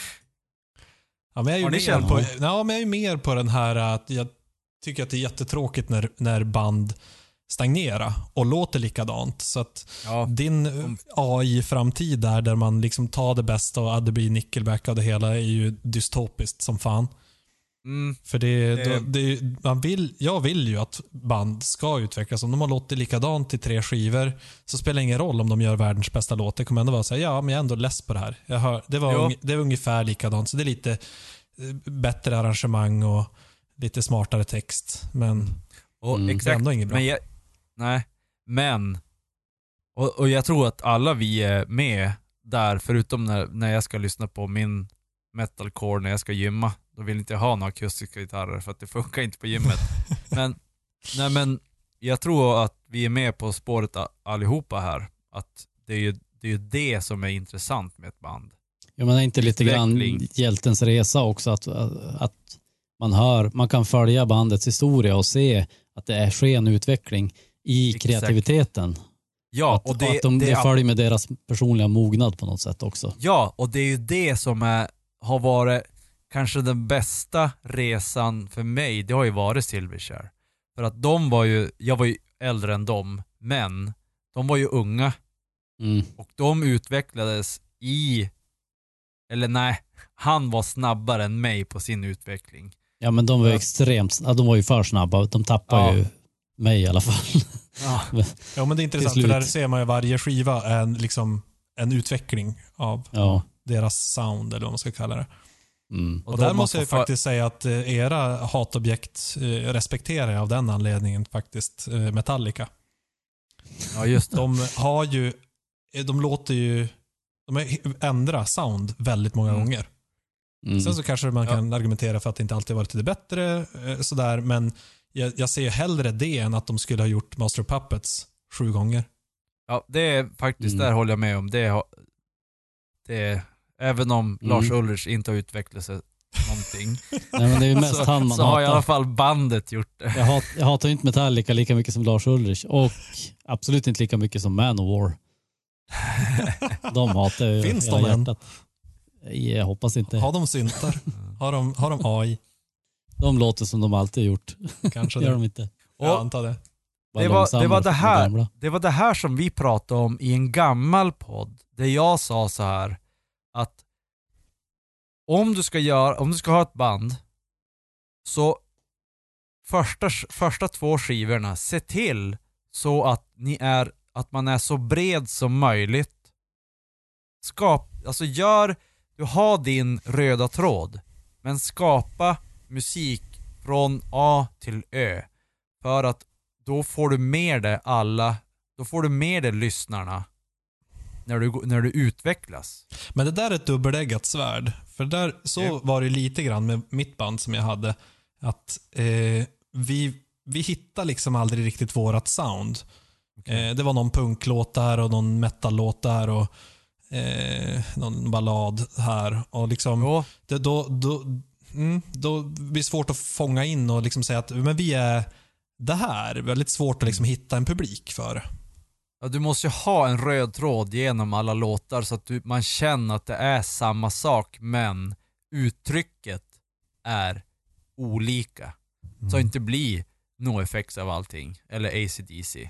Ja, men jag är ju Har ni mer känt på, på? ja, men jag är mer på den här att jag tycker att det är jättetråkigt när, när band stagnerar och låter likadant. Så att Ja. din A I-framtid där, där man liksom tar det bästa och att det blir Nickelback av det hela, är ju dystopiskt som fan. Mm. För det, Det- då, det, man vill, jag vill ju att band ska utvecklas. Om de har låtit likadant i tre skivor, så spelar det ingen roll om de gör världens bästa låt. Det kommer ändå vara så här, ja men jag är ändå less på det här. Jag hör, det, var Jo. ung, det var ungefär likadant, så det är lite eh, bättre arrangemang och lite smartare text. Men Och Mm. det är exakt. ändå inget bra. Men jag, nej, men och, och jag tror att alla vi är med där, förutom när, när jag ska lyssna på min metalcore när jag ska gymma. Då vill inte jag ha några akustiska gitarrer för att det funkar inte på gymmet. men, nej men jag tror att vi är med på spåret a- allihopa här. Att det är ju det, är ju det som är intressant med ett band. Jag menar inte lite grann Utveckling. hjältens resa också, att, att man hör, man kan följa bandets historia och se att det är sker en utveckling i Exakt. kreativiteten. Ja, att, och det, att de, det, det följer med deras personliga mognad på något sätt också. Ja, och det är ju det som är, har varit kanske den bästa resan för mig. Det har ju varit Silverchair. För att de var ju, jag var ju äldre än dem, men de var ju unga Mm. och de utvecklades i, eller nej, han var snabbare än mig på sin utveckling. Ja, men de var ju Ja. extremt, ja, de var ju för snabba. De tappade Ja. ju mig i alla fall. Ja, ja, men det är intressant, Till för slut. där ser man ju varje skiva är en, liksom, en utveckling av Ja. deras sound, eller vad man ska kalla det. Mm. Och, då där man måste får jag för- faktiskt säga att eh, era hatobjekt eh, respekterar jag av den anledningen faktiskt eh, Metallica. Ja, just det. De har ju, eh, de låter ju, de har- ändrar sound väldigt många Mm. gånger. Mm. Sen så kanske man Ja. kan argumentera för att det inte alltid varit det bättre eh, sådär, men jag, jag ser hellre det än att de skulle ha gjort Master of Puppets sju gånger. Ja, det är faktiskt, Mm. där håller jag med om. Det, har- det även om Mm. Lars Ulrich inte har utvecklat sig någonting, Nej, men det är ju mest så, han man så har i alla hatar. fall bandet gjort det. Jag, hat, jag hatar ju inte Metallica lika mycket som Lars Ulrich och absolut inte lika mycket som Manowar. De hatar ju Finns hela de än? hjärtat. Jag hoppas inte. Har de syntar? Har de, har de A I? De låter som de alltid gjort. Kanske Gör det. de inte. Jag antar det. Bara Det var, det, långsammare var det, för de här, gamla. det var det här som vi pratade om i en gammal podd, där jag sa så här att om du ska, göra, om du ska ha ett band, så första, första två skivorna, se till så att, ni är, att man är så bred som möjligt. Skap, alltså gör, du har din röda tråd, men skapa musik från A till Ö. För att då får du med det alla, då får du med det lyssnarna när du, när du utvecklas. Men det där är ett dubbeleggat svärd. För där, så Ja. var det lite grann med mitt band som jag hade. Att eh, vi, vi hittade liksom aldrig riktigt vårat sound. Okay. Eh, det var någon punklåt där och någon metallåt där och eh, någon ballad här. Och liksom, Ja, det, då, då, mm, då blir det svårt att fånga in och liksom säga att men vi är det här. Väldigt svårt att liksom hitta en publik för. ja, du måste ju ha en röd tråd genom alla låtar så att du, man känner att det är samma sak, men uttrycket är olika. Mm. Så inte bli NoFX av allting, eller A C D C.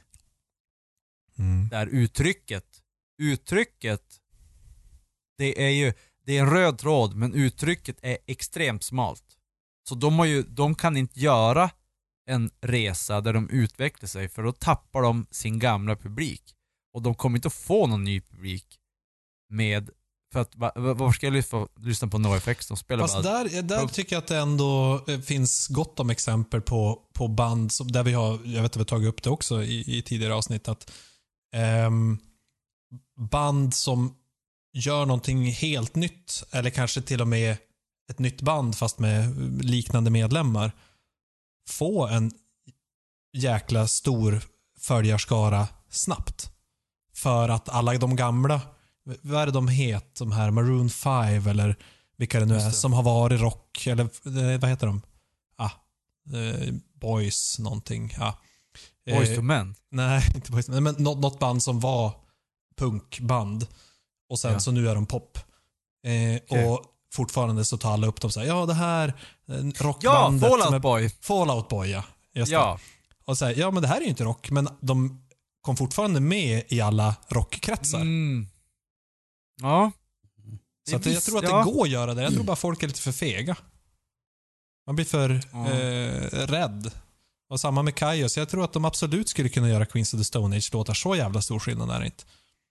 Mm. Där uttrycket, uttrycket, det är ju, det är en röd tråd, men uttrycket är extremt smalt. Så de, har ju, de kan inte göra en resa där de utvecklar sig, för då tappar de sin gamla publik. Och de kommer inte att få någon ny publik med, för att, va, va, var ska jag lyssna, lyssna på NoFX? De spelar Fast bara... där, där tycker jag att det ändå eh, finns gott om exempel på, på band som, där vi har, jag vet att vi har tagit upp det också i, i tidigare avsnitt, att ehm, band som gör någonting helt nytt, eller kanske till och med ett nytt band fast med liknande medlemmar, få en jäkla stor följarskara snabbt. För att alla de gamla, vad är det de het, de här Maroon five eller vilka det nu Just är, det. som har varit rock, eller eh, vad heter de? Ah, eh, Boys någonting. Ah. Boys Eh, to Men. Nej, inte Boys, men något, något band som var punkband och sen Ja. så nu är de pop. Eh, Okej. Och fortfarande så tar alla upp dem och säger, ja det här eh, Ja, rockbandet Fall som är Out Boy. Fallout Boy, ja. Just det. Ja. Och säger, ja men det här är ju inte rock, men de kom fortfarande med i alla rockkretsar. Mm. Ja. Så att jag visst- tror att ja. det går att göra det. Jag tror bara folk är lite för fega. Man blir för Ja. eh, rädd. Och samma med Kaios. Jag tror att de absolut skulle kunna göra Queens of the Stone Age-låtar. Så jävla stor skillnad är det inte.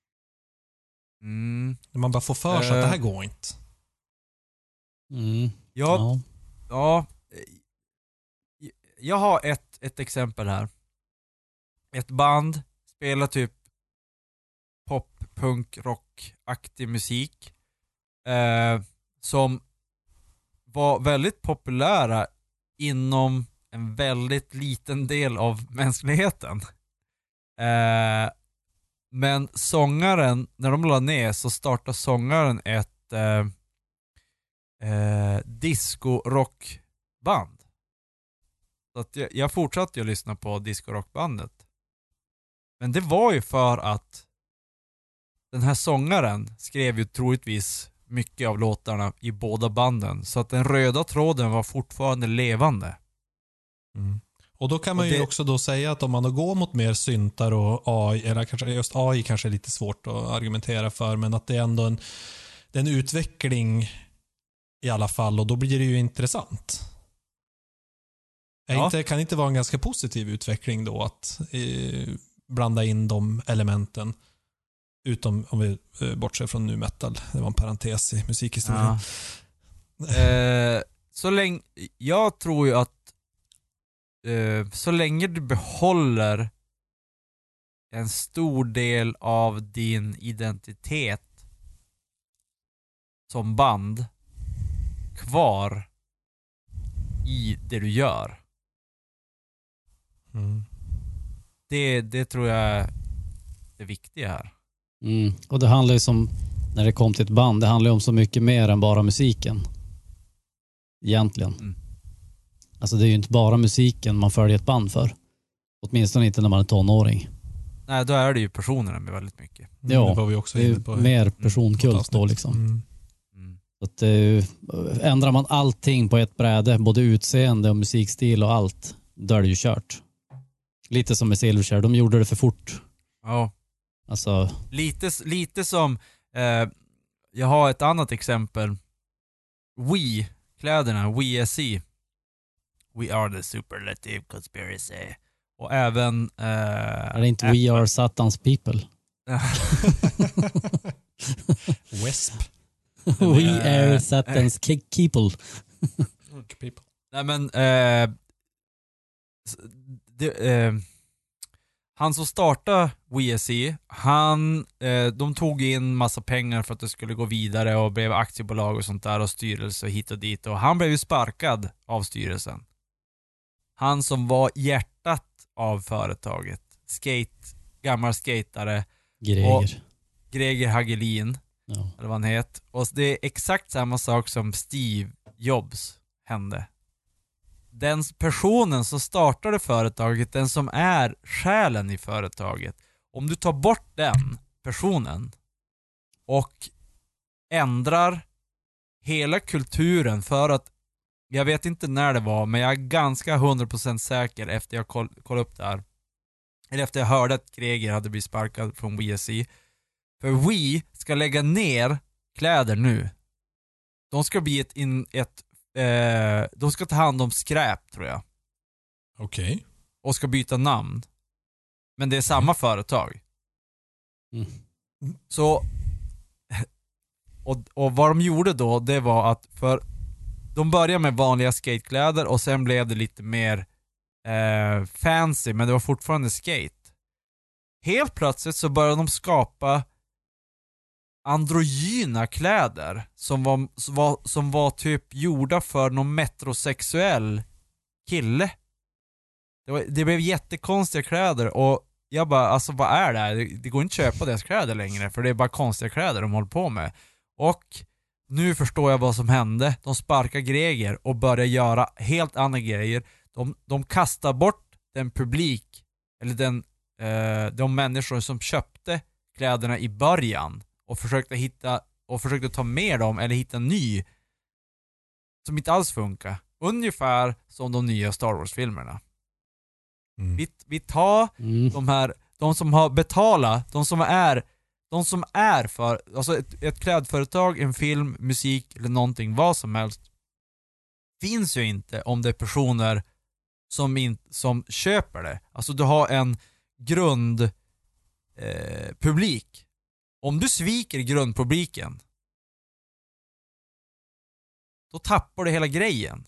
Mm. När man bara får för sig Eh. att det här går inte. Mm. Ja, Ja. ja. Jag har ett, ett exempel här. Ett band spelar typ pop, punk, rock-aktig musik. Eh, som var väldigt populära inom en väldigt liten del av mänskligheten. Eh, men sångaren, när de la ner så startade sångaren ett eh, eh, disco-rockband. Så att jag, jag fortsatte ju att lyssna på disco-rockbandet. Men det var ju för att den här sångaren skrev ju troligtvis mycket av låtarna i båda banden. Så att den röda tråden var fortfarande levande. Mm. Och då kan man Och ju det- också då säga att om man då går mot mer syntar och A I, eller kanske just A I kanske är lite svårt att argumentera för, men att det är ändå en, det är en utveckling i alla fall, och då blir det ju intressant. Är Ja. inte, kan inte vara en ganska positiv utveckling då att eh, blanda in de elementen, utom om vi eh, bortser från nu metal. Det var en parentes i musikhistorien. Ja. Eh, så länge, jag tror ju att eh, så länge du behåller en stor del av din identitet som band kvar i det du gör. Mm. Det, det tror jag är det viktiga här. Mm. Och det handlar ju som, när det kom till ett band, det handlar ju om så mycket mer än bara musiken. Egentligen. Mm. Alltså det är ju inte bara musiken man följer ett band för. Åtminstone inte när man är tonåring. Nej, då är det ju personerna med väldigt mycket. Mm, Ja, det var vi också det är inne ju på. mer Mm, personkult då liksom. Mm. Mm. Så att det är ju, ändrar man allting på ett bräde, både utseende och musikstil och allt, då är det ju kört. Lite som med Silverchair, de gjorde det för fort. Ja. Alltså, Lite, lite som, eh, jag har ett annat exempel. We, kläderna, We S C. We are the superlative conspiracy. Och även... Eh, är det inte We Are Satans People? W E S P. We Are Satans People. People. Nej men, eh, det, eh, han som startade We S C, han, eh, de tog in massa pengar för att det skulle gå vidare och blev aktiebolag och sånt där och styrelse och hit och dit. Och han blev ju sparkad av styrelsen. Han som var hjärtat av företaget. Skate, gammal skatare. Greger. Greger Hagelin. Ja. Eller vad han heter. Och det är exakt samma sak som Steve Jobs hände. Den personen som startade företaget, den som är själen i företaget, om du tar bort den personen och ändrar hela kulturen för att, jag vet inte när det var, men jag är ganska hundra procent säker efter jag koll, kollade upp det här, eller efter jag hörde att Greger hade blivit sparkad från We S C. För We ska lägga ner kläder nu. De ska bli ett, in, ett eh, de ska ta hand om skräp, tror jag. Okej. Okay. Och ska byta namn. Men det är samma mm. företag. Mm. Så och, och vad de gjorde då, det var att för de började med vanliga skatekläder och sen blev det lite mer eh, fancy, men det var fortfarande skate. Helt plötsligt så började de skapa androgyna kläder som var, som var, som var typ gjorda för någon metrosexuell kille. Det, var, det blev jättekonstiga kläder och jag bara, alltså vad är det här? Det, det går inte att köpa deras kläder längre för det är bara konstiga kläder de håller på med. Och nu förstår jag vad som hände. De sparkar Greger och börjar göra helt andra grejer. De, de kastar bort den publik eller den, eh, de människor som köpte kläderna i början och försökte hitta och försökte ta med dem eller hitta en ny som inte alls funkar. Ungefär som de nya Star Wars-filmerna. Mm. Vi, vi tar mm. de här, de som har betalat, de som är de som är för, alltså ett, ett klädföretag, en film, musik eller någonting, vad som helst finns ju inte om det är personer som, in, som köper det. Alltså du har en grund eh, publik. Om du sviker grundpubliken, då tappar du hela grejen.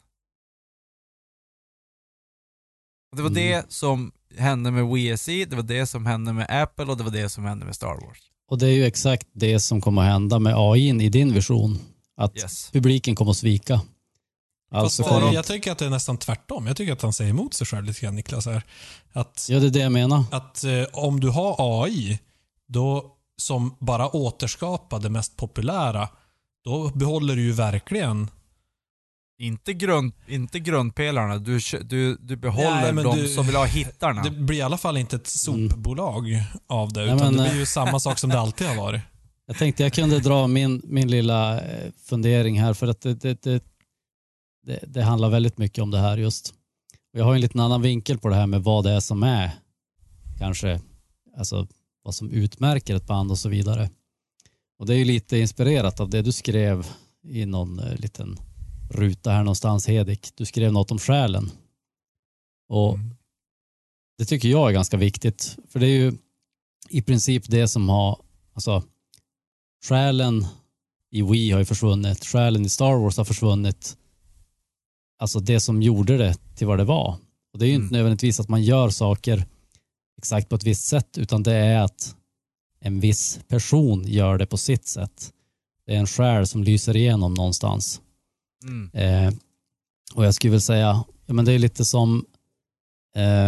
Och det var mm. det som hände med We S C, det var det som hände med Apple och det var det som hände med Star Wars. Och det är ju exakt det som kommer att hända med A I i din vision. Att yes. publiken kommer att svika. Alltså kommer jag tycker att det är nästan tvärtom. Jag tycker att han säger emot sig själv lite grann, Niklas. Här. Att, ja, det är det jag menar. Att eh, om du har A I då, som bara återskapar det mest populära, då behåller du ju verkligen Inte, grund, inte grundpelarna, du, du, du behåller Nej, de du, som vill ha hittarna. Det blir i alla fall inte ett sopbolag mm. av det, utan Nej, men, det blir ju samma sak som det alltid har varit. Jag tänkte jag kunde dra min, min lilla fundering här, för att det, det, det, det, det handlar väldigt mycket om det här just. Och jag har en liten annan vinkel på det här med vad det är som är kanske, alltså vad som utmärker ett band och så vidare. Och det är ju lite inspirerat av det du skrev i någon eh, liten ruta här någonstans, Hedik. Du skrev något om själen. Och mm. det tycker jag är ganska viktigt. För det är ju i princip det som har, alltså själen i Wii har ju försvunnit. Själen i Star Wars har försvunnit. Alltså det som gjorde det till vad det var. Och det är ju Mm. inte nödvändigtvis att man gör saker exakt på ett visst sätt, utan det är att en viss person gör det på sitt sätt. Det är en själ som lyser igenom någonstans. Mm. Eh, och jag skulle väl säga, ja, men det är lite som eh,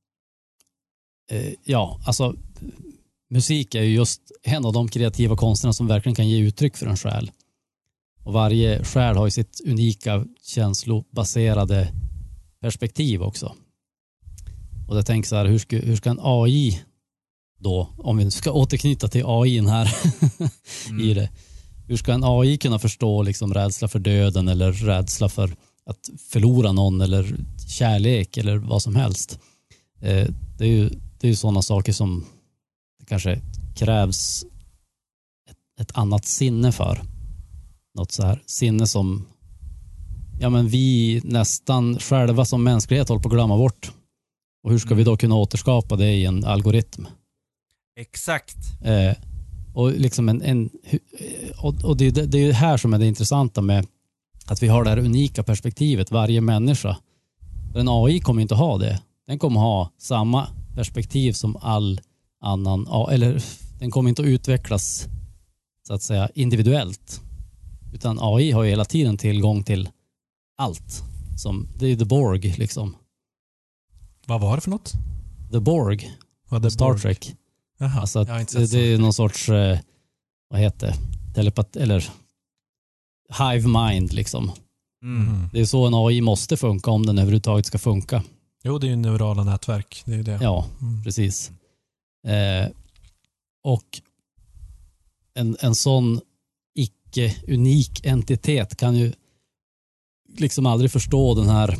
eh, ja, alltså musik är ju just en av de kreativa konsterna som verkligen kan ge uttryck för en själ. Och varje själ har ju sitt unika känslobaserade perspektiv också. Och jag tänker så här, hur ska, hur ska en A I då, om vi ska återknyta till A I här Mm. i det, hur ska en A I kunna förstå liksom rädsla för döden eller rädsla för att förlora någon eller kärlek eller vad som helst? Eh, det är ju, det är ju sådana saker som det kanske krävs ett, ett annat sinne för. Något så här sinne som ja, men vi nästan själva som mänsklighet håller på att glömma bort. Och hur ska vi då kunna återskapa det i en algoritm? Exakt. Eh, och liksom en, en och, och det, det är ju här som är det intressanta med att vi har det här unika perspektivet, varje människa. En A I kommer inte ha det. Den kommer ha samma perspektiv som all annan, eller den kommer inte att utvecklas så att säga individuellt. Utan A I har ju hela tiden tillgång till allt. Som, det är The Borg liksom. Vad var det för något? The Borg. Vad är Star Borg? Trek. Jaha, Alltså att jag har inte det, sett det är så. någon sorts eh, vad heter det? Telepat eller hive mind liksom. Mm. Mhm. Det är så en A I måste funka om den överhuvudtaget ska funka. Jo, det är ju neurala nätverk. Det är det. Ja, Mm. precis. Eh, och en, en sån icke-unik entitet kan ju liksom aldrig förstå den här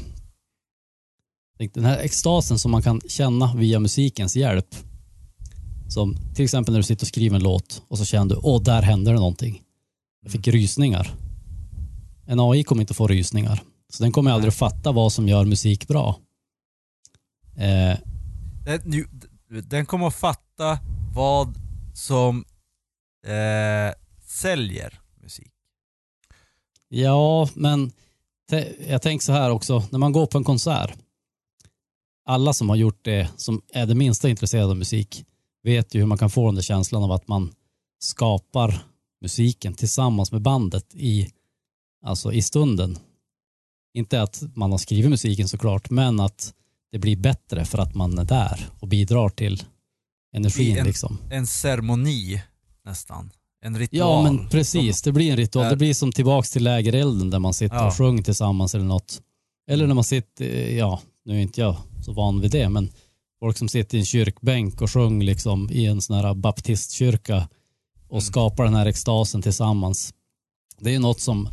den här extasen som man kan känna via musikens hjälp. Som till exempel när du sitter och skriver en låt och så känner du, åh, där händer det någonting. Jag fick rysningar. En A I kommer inte få rysningar. Så den kommer aldrig fatta vad som gör musik bra. Eh, Den, ju- den kommer att fatta vad som eh, säljer musik. Ja, men te, jag tänker så här också. När man går på en konsert. Alla som har gjort det, som är det minsta intresserade av musik, vet ju hur man kan få den där känslan av att man skapar musiken tillsammans med bandet i, alltså i stunden. Inte att man har skrivit musiken såklart, men att det blir bättre för att man är där och bidrar till energin. Det är en- liksom. En ceremoni nästan. En ritual. Ja, men precis. Det blir en ritual. Är- Det blir som tillbaks till lägerelden där man sitter Ja. och sjunger tillsammans eller något. Eller när man sitter, ja, nu är inte jag så van vid det, men folk som sitter i en kyrkbänk och sjunger liksom i en sån här baptistkyrka och Mm. skapar den här extasen tillsammans. Det är något som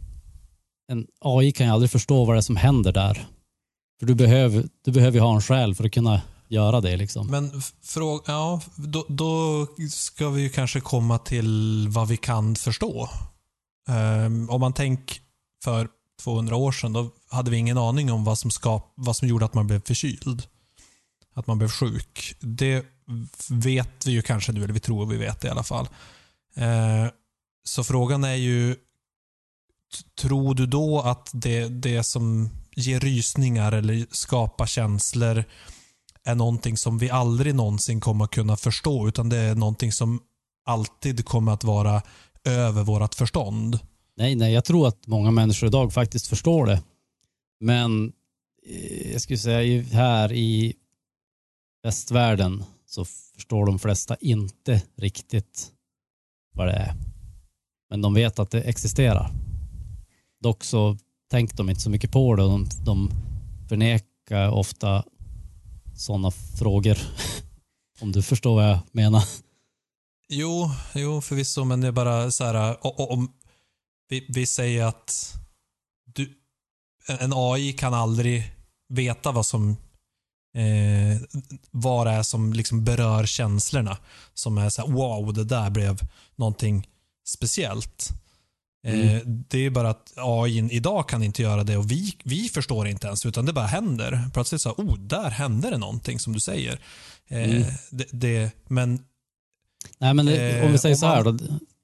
en A I kan ju aldrig förstå vad det är som händer där. För du behöver, du behöver ju ha en själ för att kunna göra det liksom. Men f- frå- ja, då, då ska vi ju kanske komma till vad vi kan förstå. Ehm, om man tänker för tvåhundra år sedan, då hade vi ingen aning om vad som, skap, vad som gjorde att man blev förkyld. Att man blev sjuk. Det vet vi ju kanske nu, eller vi tror vi vet det i alla fall. Ehm, så frågan är ju, t- tror du då att det, det som ger rysningar eller skapar känslor är någonting som vi aldrig någonsin kommer att kunna förstå, utan det är någonting som alltid kommer att vara över vårat förstånd? Nej, nej, jag tror att många människor idag faktiskt förstår det. Men eh, jag skulle säga i- här i västvärlden så förstår de flesta inte riktigt vad det är. Men de vet att det existerar. Dock så tänker de inte så mycket på det. De, de förnekar ofta sådana frågor. Om du förstår vad jag menar. Jo, jo förvisso, men det är bara så här, o- o- om vi, vi säger att du, en A I kan aldrig veta vad som eh, vad det är som liksom berör känslorna, som är så här, wow, det där blev någonting speciellt. Eh, Mm. det är bara att A I idag kan inte göra det, och vi, vi förstår inte ens, utan det bara händer. Plötsligt så, oh, där hände det någonting som du säger. Eh, Mm. det, det, men Nej, men det, Eh, om vi säger om så här man- då.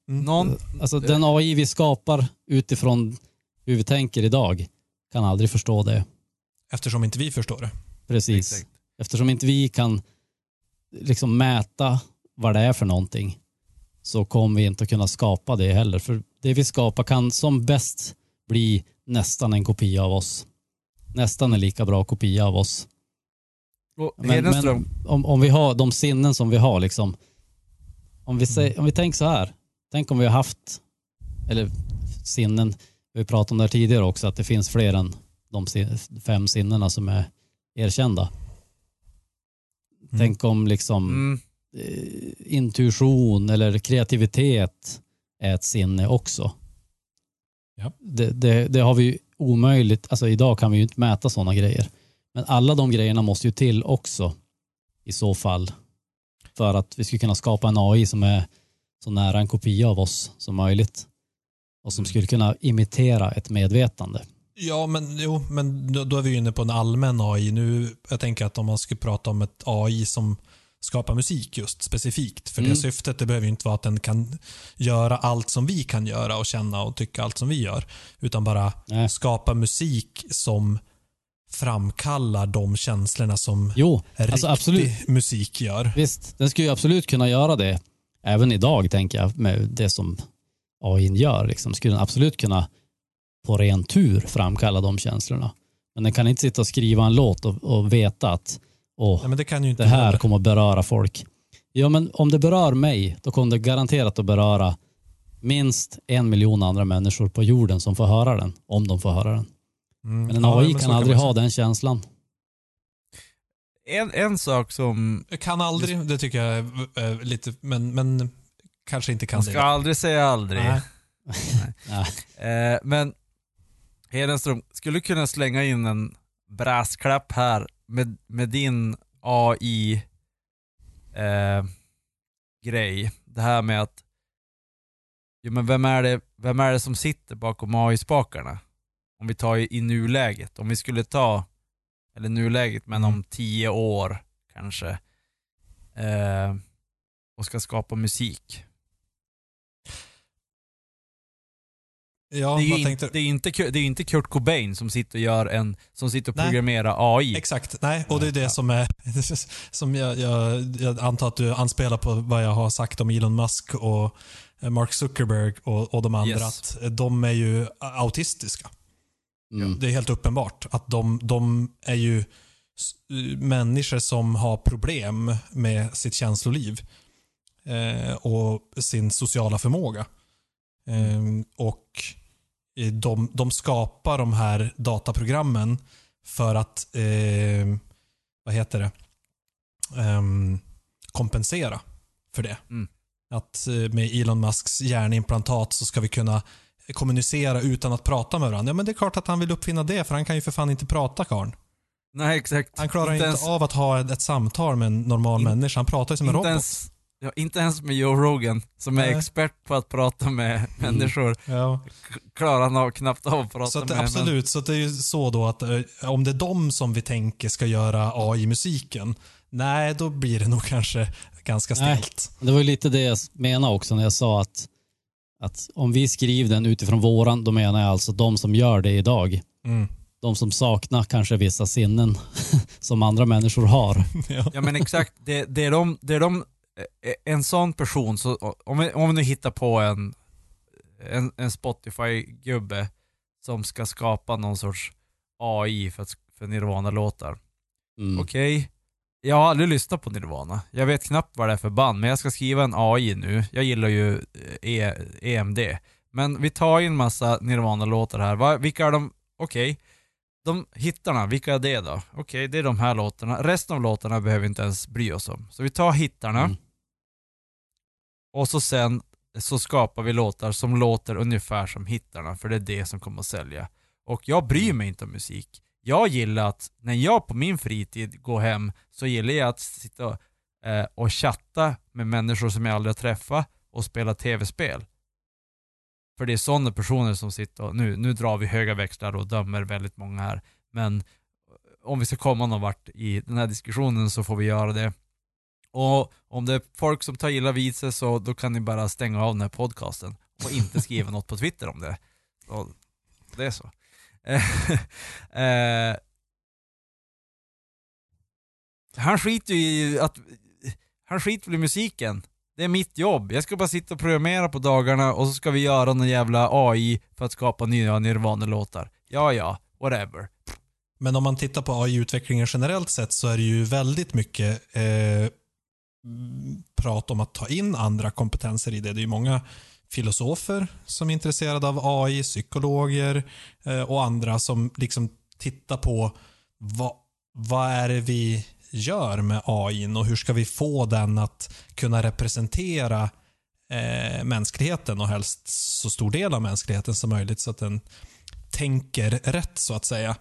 Mm. Någon, Alltså den A I vi skapar utifrån hur vi tänker idag kan aldrig förstå det. Eftersom inte vi förstår det. Precis. Exakt. Eftersom inte vi kan liksom mäta vad det är för någonting så kommer vi inte att kunna skapa det heller. För det vi skapar kan som bäst bli nästan en kopia av oss. Nästan en lika bra kopia av oss. och Men, Hedenström, men om, om vi har de sinnen som vi har liksom, om vi, säger, om vi tänker så här, tänk om vi har haft, eller sinnen, vi pratade om det här tidigare också, att det finns fler än de fem sinnena som är erkända. Mm. Tänk om liksom mm, eh, intuition eller kreativitet är ett sinne också. Ja. Det, det, det har vi ju omöjligt, alltså idag kan vi ju inte mäta sådana grejer. Men alla de grejerna måste ju till också i så fall för att vi ska kunna skapa en A I som är så nära en kopia av oss som möjligt och som skulle kunna imitera ett medvetande. Ja, men, jo, men då, då är vi ju inne på en allmän A I. Nu, jag tänker att om man skulle prata om ett A I som skapar musik just specifikt. För Mm. det syftet det behöver ju inte vara att den kan göra allt som vi kan göra och känna och tycka allt som vi gör. Utan bara Nej. skapa musik som framkallar de känslorna som Jo, riktig alltså absolut. musik gör. Visst, den skulle ju absolut kunna göra det även idag tänker jag med det som A I gör. Liksom. Skulle den absolut kunna på ren tur framkalla de känslorna. Men den kan inte sitta och skriva en låt och, och veta att åh, Nej, men det kan ju inte det här heller. kommer att beröra folk. Ja, men om det berör mig, då kommer det garanterat att beröra minst en miljon andra människor på jorden som får höra den, om de får höra den. Mm. Men en Ja, A I men så kan aldrig man ha den känslan. en, en sak som säga. Kan aldrig, det tycker jag är, är lite, men, men kanske inte kan man ska det. aldrig säga aldrig. Nej. Nej. Eh, men Hedenström, skulle du kunna slänga in en brasklapp här med, med din A I eh, grej. Det här med att jo, men vem är det, vem är det som sitter bakom A I-spakarna? Om vi tar i, i nuläget. Om vi skulle ta, eller nuläget, men om tio år kanske. Eh, och ska skapa musik. Ja, Det är ju vad in, tänkte det är inte, det är inte Kurt Cobain som sitter och gör en, som sitter och Nej. programmerar A I. Exakt, nej, och det är det som är som jag, jag, jag antar att du anspelar på vad jag har sagt om Elon Musk och Mark Zuckerberg och, och de andra, Yes. att de är ju autistiska. Mm. Det är helt uppenbart att de, de är ju s- människor som har problem med sitt känsloliv eh, och sin sociala förmåga. Eh, och de, de skapar de här dataprogrammen för att eh, vad heter det? Ehm, kompensera för det. Mm. Att eh, med Elon Musks hjärnimplantat så ska vi kunna kommunicera utan att prata med varandra. Ja, men det är klart att han vill uppfinna det, för han kan ju för fan inte prata, karln. Nej, exakt. Han klarar inte, ens, av att ha ett, ett samtal med en normal In- människa. Han pratar ju som en inte robot. ens, ja, inte ens med Joe Rogan, som är Nej. expert på att prata med människor, Ja. k- klarar han av, knappt av att prata Så att, med. absolut, så att det är ju så då att eh, om det är de som vi tänker ska göra A I-musiken, nej, då blir det nog kanske ganska Nej. stelt. Det var ju lite det jag menade också när jag sa att, att om vi skriver den utifrån våran, då menar jag alltså de som gör det idag. Mm. De som saknar kanske vissa sinnen som andra människor har. Ja. Ja, men exakt, det, det är de, det är de, en sån person, så om vi, om vi nu hittar på en, en, en Spotify-gubbe som ska skapa någon sorts A I för, att- för Nirvana-låtar. Mm. Okej, jag har aldrig lyssnat på Nirvana. Jag vet knappt vad det är för band, men jag ska skriva en A I nu. Jag gillar ju e, E M D. Men vi tar in massa Nirvana-låtar här. Va, vilka är de? Okej. De hittarna, vilka är det då? Okej, det är de här låtarna. Resten av låtarna behöver vi inte ens bry oss om. Så vi tar hittarna. Mm. Och så sen så skapar vi låtar som låter ungefär som hittarna. För det är det som kommer att sälja. Och jag bryr mig inte om musik. Jag gillar att när jag på min fritid går hem, så gillar jag att sitta och, eh, och chatta med människor som jag aldrig har träffat och spela tv-spel. För det är sådana personer som sitter och, nu, nu drar vi höga växlar och dömer väldigt många här. Men om vi ska komma någon vart i den här diskussionen så får vi göra det. Och om det är folk som tar illa vid sig, så då kan ni bara stänga av den här podcasten och inte skriva något på Twitter om det. Så det är så. eh, han skiter i att han skiter i musiken. Det är mitt jobb. Jag ska bara sitta och programmera på dagarna, och så ska vi göra någon jävla A I för att skapa nya Nirvana-låtar. Ja, ja, whatever. Men om man tittar på A I-utvecklingen generellt sett, så är det ju väldigt mycket eh, prat om att ta in andra kompetenser i det. Det är ju många filosofer som är intresserade av A I, psykologer eh, och andra som liksom tittar på vad, vad är det vi gör med A I och hur ska vi få den att kunna representera eh, mänskligheten, och helst så stor del av mänskligheten som möjligt, så att den tänker rätt, så att säga.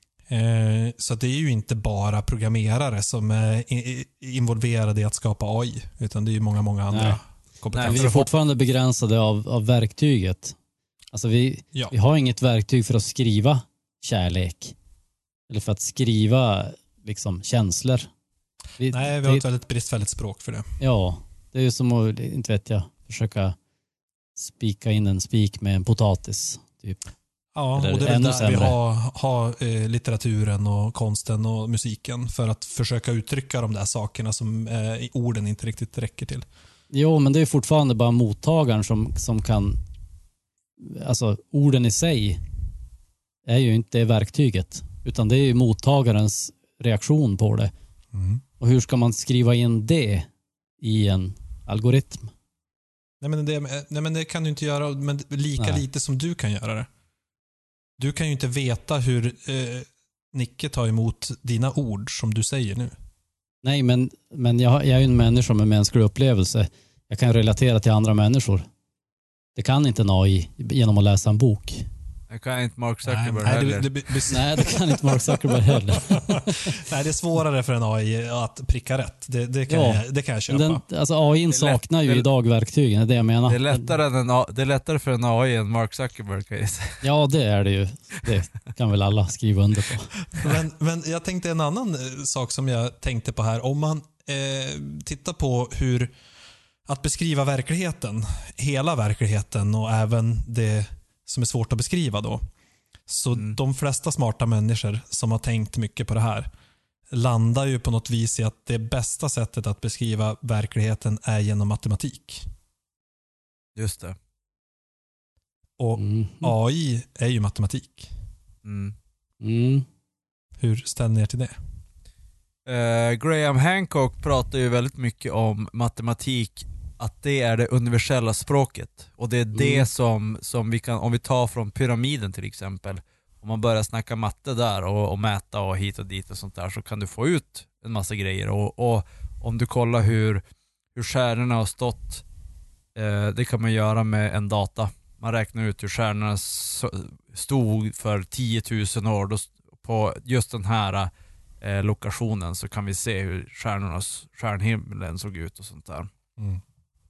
Eh, så att det är ju inte bara programmerare som är involverade i att skapa A I, utan det är ju många, många andra Nej. kompetenser. Nej, vi är fortfarande begränsade av, av verktyget. Alltså vi, Ja. vi har inget verktyg för att skriva kärlek. Eller för att skriva liksom känslor. Vi, Nej, vi har det, ett väldigt bristfälligt språk för det. Ja, det är ju som att, inte vet jag, försöka spika in en spik med en potatis. Typ. Ja, Eller och det är väl ännu där sämre. vi har, har eh, litteraturen och konsten och musiken för att försöka uttrycka de där sakerna som eh, i orden inte riktigt räcker till. Jo, men det är fortfarande bara mottagaren som, som kan... Alltså, orden i sig är ju inte det verktyget. Utan det är ju mottagarens reaktion på det. Mm. Och hur ska man skriva in det i en algoritm? Nej, men det, nej, men det kan du inte göra, men lika Nej. lite som du kan göra det. Du kan ju inte veta hur eh, Nicke tar emot dina ord som du säger nu. Nej, men, men jag, jag är ju en människa med mänsklig upplevelse. Jag kan relatera till andra människor. Det kan inte en A I genom att läsa en bok. Det kan inte Mark Zuckerberg nej, heller. det, det, det, Nej, det kan inte Mark Zuckerberg heller. nej, det är svårare för en A I att pricka rätt. Det, det, kan, Ja, jag, det kan jag köpa. Den, alltså A I Det är lätt- saknar ju det- idag verktygen, det är det jag menar. Det är, lättare än en, A- det är lättare för en A I än Mark Zuckerberg, kan jag säga. Ja, det är det ju. Det kan väl alla skriva under på. Men, men jag tänkte en annan eh, sak som jag tänkte på här. Om man eh, tittar på hur att beskriva verkligheten, hela verkligheten och även det som är svårt att beskriva då. Så Mm. de flesta smarta människor som har tänkt mycket på det här landar ju på något vis i att det bästa sättet att beskriva verkligheten är genom matematik. Just det. Och Mm. A I är ju matematik. Mm. Mm. Hur ställer ni er till det? Eh, Graham Hancock pratar ju väldigt mycket om matematik, att det är det universella språket. Och det är det Mm. som, som vi kan, om vi tar från pyramiden till exempel, om man börjar snacka matte där och, och mäta och hit och dit och sånt där, så kan du få ut en massa grejer. Och, och om du kollar hur, hur stjärnorna har stått, eh, det kan man göra med en data. Man räknar ut hur stjärnorna so- stod för tio tusen år. Då, st- på just den här eh, lokationen så kan vi se hur stjärnornas stjärnhimlen såg ut och sånt där. Mm.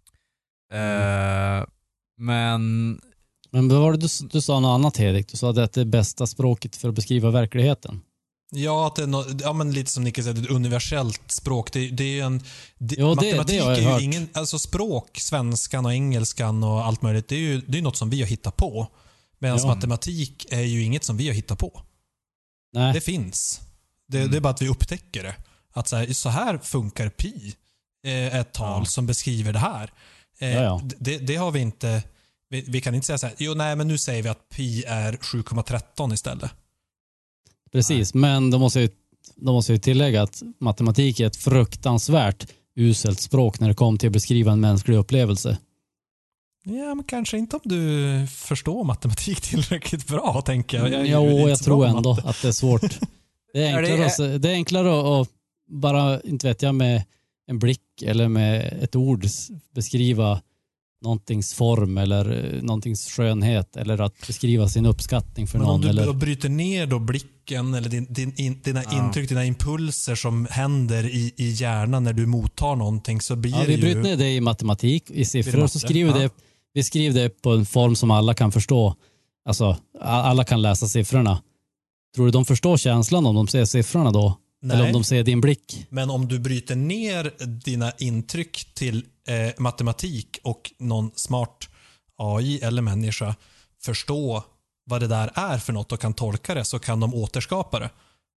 Eh, men Men vad var det du, du sa något annat, Hedvig? Du sa att det är bästa språket för att beskriva verkligheten. Ja, att det är no, ja, men lite som Nicke säger, ett universellt språk. Det, det är ju en... Det, Jo, det- matematik det har jag är ju hört. ingen... Alltså språk, svenskan och engelskan och allt möjligt, det är ju det är något som vi har hittat på. Medan Ja. matematik är ju inget som vi har hittat på. Nej. Det finns. Det, Mm. det är bara att vi upptäcker det. Att så här, så här funkar pi. Eh, ett tal Ja. som beskriver det här. Eh, Ja, ja. Det, det har vi inte... Vi, vi kan inte säga så här, jo nej men nu säger vi att pi är sju komma tretton istället. Precis, men då måste, jag, då måste jag tillägga att matematik är ett fruktansvärt uselt språk när det kommer till att beskriva en mänsklig upplevelse. Ja, men kanske inte om du förstår matematik tillräckligt bra, tänker jag. jag är ju Jo, inte jag så tror bra på ändå matte. att det är svårt. Det är Ja, det enklare, är- att, se- det är enklare att bara, inte vet jag, med en blick eller med ett ord s- beskriva någontings form eller eh, någontings skönhet eller att beskriva sin uppskattning för Men om någon. du Eller, då bryter ner då blicken eller din, din, in, dina Ja. intryck, dina impulser som händer i, i hjärnan när du mottar någonting, så blir ja, det vi ju... bryter ner det i matematik, i siffror, matte, och så skriver vi ja. det, vi skriver det på en form som alla kan förstå. Alltså, a- alla kan läsa siffrorna. Tror du de förstår känslan om de ser siffrorna då? Nej. Eller om de ser din blick. Men om du bryter ner dina intryck till eh, matematik och någon smart A I eller människa förstå vad det där är för något och kan tolka det, så kan de återskapa det.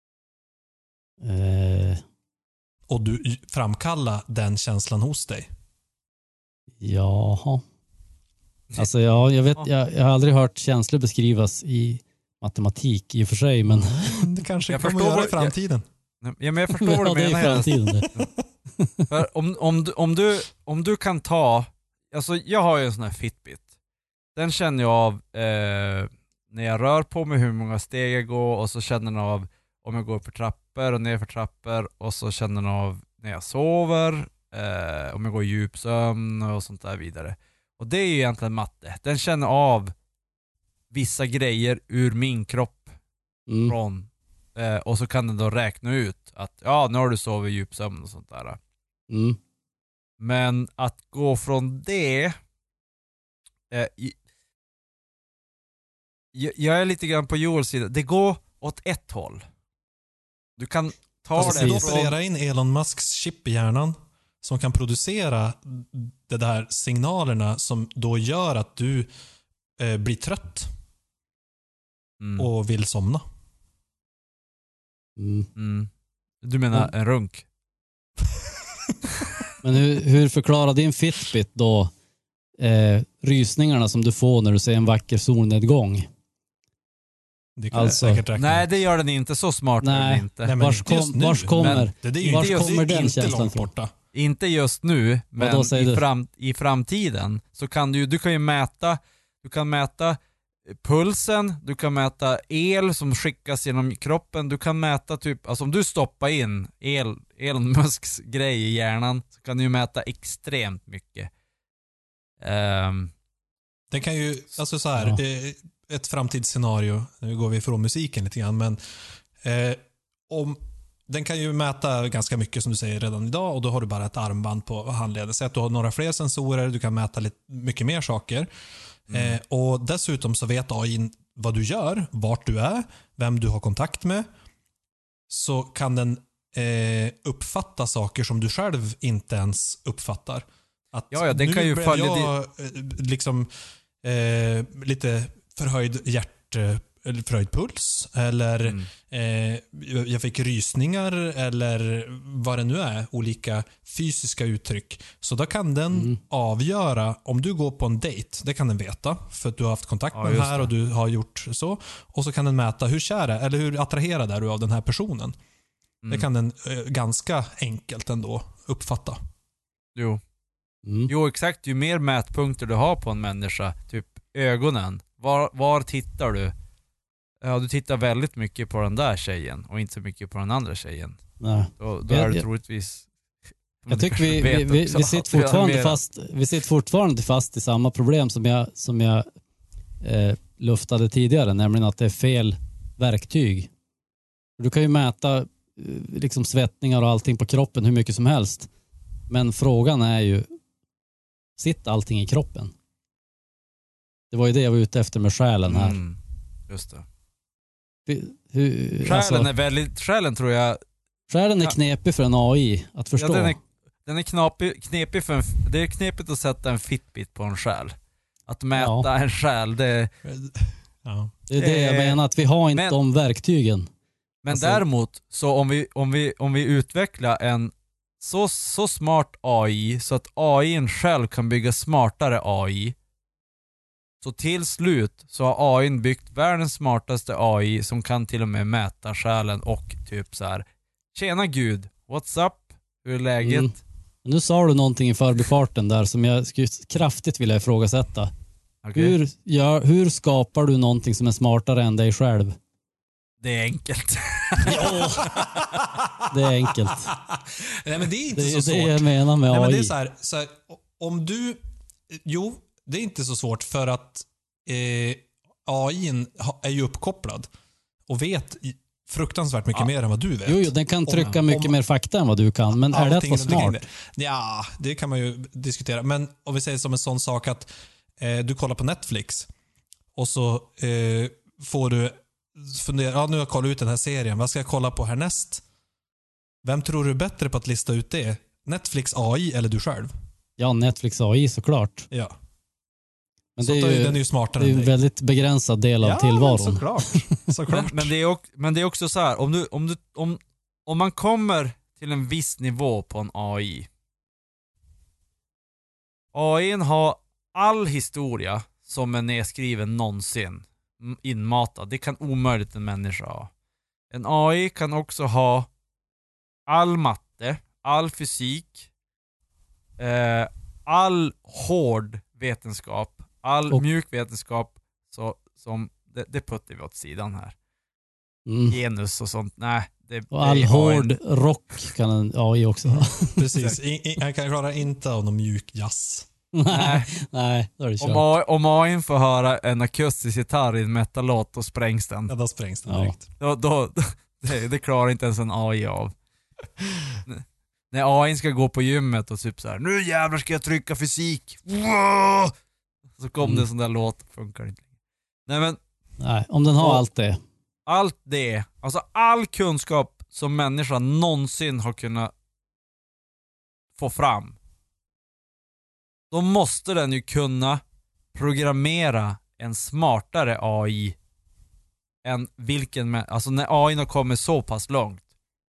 Eh, Och du framkalla den känslan hos dig. jaha. Alltså ja, jag vet, jag, jag har aldrig hört känslor beskrivas i matematik i och för sig, men Det kanske Jag kommer förstår att göra vad- i framtiden. Ja, men jag förstår vad ja, du det är i menar. Jens. framtiden det. För om, om, du, om, du, om du kan ta, alltså jag har ju en sån här Fitbit. Den känner jag av eh, när jag rör på mig, hur många steg jag går, och så känner den av om jag går upp för trappor och ner för trappor, och så känner den av när jag sover, eh, om jag går i djupsömn och sånt där vidare. Och det är ju egentligen matte. Den känner av vissa grejer ur min kropp Mm. från, eh, och så kan den då räkna ut att ja, nu har du sovit i djupsömn och sånt där. Mm. Men att gå från det, eh, i, jag, jag är lite grann på Joels sida. Det går åt ett håll. Du kan ta Alltså, det du från, opererar in Elon Musks chip i hjärnan som kan producera de där signalerna som då gör att du eh, blir trött mm, och vill somna. Mm. mm. Du menar en runk? Men hur, hur förklarar din Fitbit då eh, rysningarna som du får när du ser en vacker solnedgång? Det kan Alltså, säkert räkna. Nej, det gör den inte. Så smart är Nej. den inte. Nej, men Vars, inte just kom, nu. vars kommer, Men Det, det är ju vars inte, kommer det är den inte känslan långt från? borta. Inte just nu, men Vadå säger i, du? fram, i framtiden så kan du, du kan ju mäta, du kan mäta pulsen, du kan mäta el som skickas genom kroppen, du kan mäta typ, alltså om du stoppar in el, Elon Musks grej i hjärnan så kan du ju mäta extremt mycket. Um, Det kan ju, alltså så här, Ja. eh, ett framtidsscenario, nu går vi ifrån musiken lite grann, men eh, om, den kan ju mäta ganska mycket som du säger redan idag, och då har du bara ett armband på handleden. Säg att du har några fler sensorer, du kan mäta lite, mycket mer saker. Eh, och dessutom så vet A I vad du gör, vart du är, vem du har kontakt med. Så kan den eh, uppfatta saker som du själv inte ens uppfattar. Att Ja, ja, den nu kan ju blev följa jag eh, liksom eh, lite förhöjd hjärt eller förhöjd puls, eller mm. eh, jag fick rysningar, eller vad det nu är, olika fysiska uttryck. Så då kan den Mm. avgöra om du går på en dejt, det kan den veta för att du har haft kontakt Ja, med den just här det. och du har gjort så, och så kan den mäta hur kär är, eller hur attraherad är du av den här personen. Mm. Det kan den eh, ganska enkelt ändå uppfatta. Jo. Mm. jo, exakt. Ju mer mätpunkter du har på en människa, typ ögonen, var, var tittar du? Ja, du tittar väldigt mycket på den där tjejen och inte så mycket på den andra tjejen. Nej. Då, då Jag- är det jag- troligtvis... Jag tycker vi, vi, vet vi, också vi, att sitter du gör fortfarande mer. fast, vi sitter fortfarande fast i samma problem som jag, som jag eh, luftade tidigare, nämligen att det är fel verktyg. Du kan ju mäta eh, liksom svettningar och allting på kroppen hur mycket som helst. Men frågan är ju, sitter allting i kroppen? Det var ju det jag var ute efter med själen här. Mm, just det. Hur, hur, Själen alltså, är väldigt... Själen tror jag... själen är Ja. knepig för en A I att förstå. Ja, den är, den är knapig, knepig för en... Det är knepigt att sätta en Fitbit på en själ. Att mäta Ja. en själ, det... Ja. Det är det jag Eh, menar, att vi har inte men- de verktygen. Men Alltså- däremot, så om vi, om, vi, om vi utvecklar en så, så smart A I så att A I själv kan bygga smartare A I, så till slut så har A I byggt världens smartaste A I som kan till och med mäta själen och typ så här: tjena gud, what's up? Hur är läget? Mm. Nu sa du någonting i förbifarten där som jag skulle kraftigt vilja ifrågasätta. Okej. Hur, gör, hur skapar du någonting som är smartare än dig själv? Det är enkelt. Det är enkelt. Nej, men det är inte Det så är det svårt. jag menar med Nej, men A I. det är så här, så här, om du... Jo, det är inte så svårt för att eh, A I ha- är ju uppkopplad och vet i- fruktansvärt mycket Ja. mer än vad du vet. Jo, jo, den kan trycka Om- mycket om- mer fakta än vad du kan. Men är det att Allting vara runt omkring smart? det. Ja, det kan man ju diskutera. Men om vi säger som en sån sak att eh, du kollar på Netflix och så eh, får du fundera, ja nu har jag kollat ut den här serien, vad ska jag kolla på härnäst? Vem tror du är bättre på att lista ut det? Netflix A I eller du själv? Ja, Netflix A I såklart. Ja. Men Så det då är ju, den är ju smartare det är ju än en dig. väldigt begränsad del av Ja, tillvaron. såklart. såklart. Men, men, det är också, men det är också så här, om, du, om, du, om, om man kommer till en viss nivå på en A I. A I har all historia som är nedskriven någonsin inmatad. Det kan omöjligt en människa ha. En A I kan också ha all matte, all fysik, eh, all hård vetenskap, all Och- mjuk vetenskap, så, som, det, det puttar vi åt sidan här. Mm. Genus och sånt, nej. Det, Och all det har hård en- rock kan en A I också ha. Precis. I, i, han kan klara inte av någon mjuk jazz. nej, nej, då är det Om, kört. A I, om A I får höra en akustisk gitarr i en metallåt, då sprängs den. Ja, då sprängs den Ja. direkt. Då, då, det, det klarar inte ens en A I av. N- När A I ska gå på gymmet och typ så här: nu jävlar ska jag trycka fysik. Wow! Så kom Mm. det en sån där låt, funkar inte. Nej men, Nej, om den har Och- allt det. allt det, alltså all kunskap som människan någonsin har kunnat få fram, då måste den ju kunna programmera en smartare A I än vilken, mä- alltså när A I har kommit så pass långt.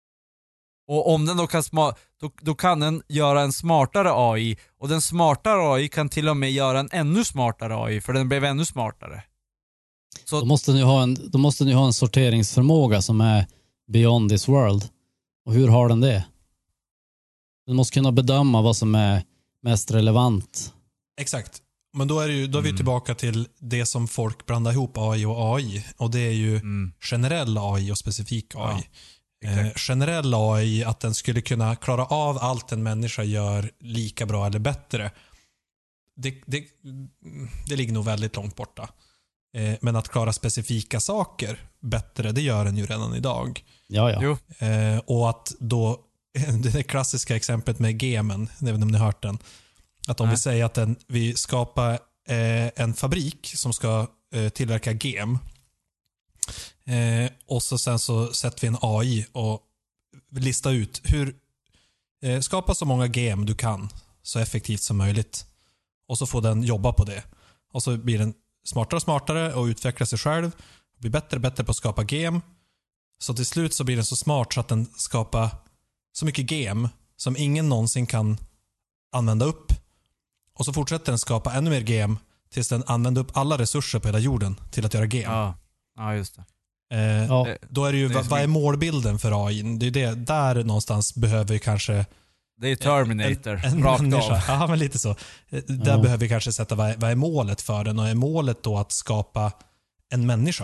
Och om den då kan, sma- då, då kan den göra en smartare A I, och den smartare A I kan till och med göra en ännu smartare A I, för den blev ännu smartare. Så Då måste ni ha en, då måste ni ha en sorteringsförmåga som är beyond this world. Och hur har den det? Den måste kunna bedöma vad som är mest relevant. Exakt. Men då är, det ju, då är vi Mm. tillbaka till det som folk blandar ihop A I och A I. Och det är ju mm, generell A I och specifik A I. Ja, eh, exakt. generell A I, att den skulle kunna klara av allt en människa gör lika bra eller bättre. Det, det, det ligger nog väldigt långt borta. Eh, men att klara specifika saker bättre, det gör den ju redan idag. Ja, ja. Jo. Eh, och att då, det klassiska exemplet med gemen, jag vet inte om ni har hört den. Att om Nej. vi säger att den, vi skapar eh, en fabrik som ska eh, tillverka gem. Eh, och så sen så sätter vi en A I och listar ut hur eh, skapa så många gem du kan så effektivt som möjligt. Och så får den jobba på det. Och så blir den smartare och smartare och utvecklar sig själv. Blir bättre och bättre på att skapa gem. Så till slut så blir den så smart så att den skapar så mycket gem som ingen någonsin kan använda upp. Och så fortsätter den skapa ännu mer gem tills den använder upp alla resurser på hela jorden till att göra gem. Ja, ja just det. Eh, Ja. Det, Då är det ju, Det är vad, vad är målbilden för A I? Det är det, där någonstans behöver vi kanske det är Terminator, en, en rakt människa. av. Ja, men lite så. Eh, Där Ja. behöver vi kanske sätta vad är, vad är målet för den, och är målet då att skapa en människa,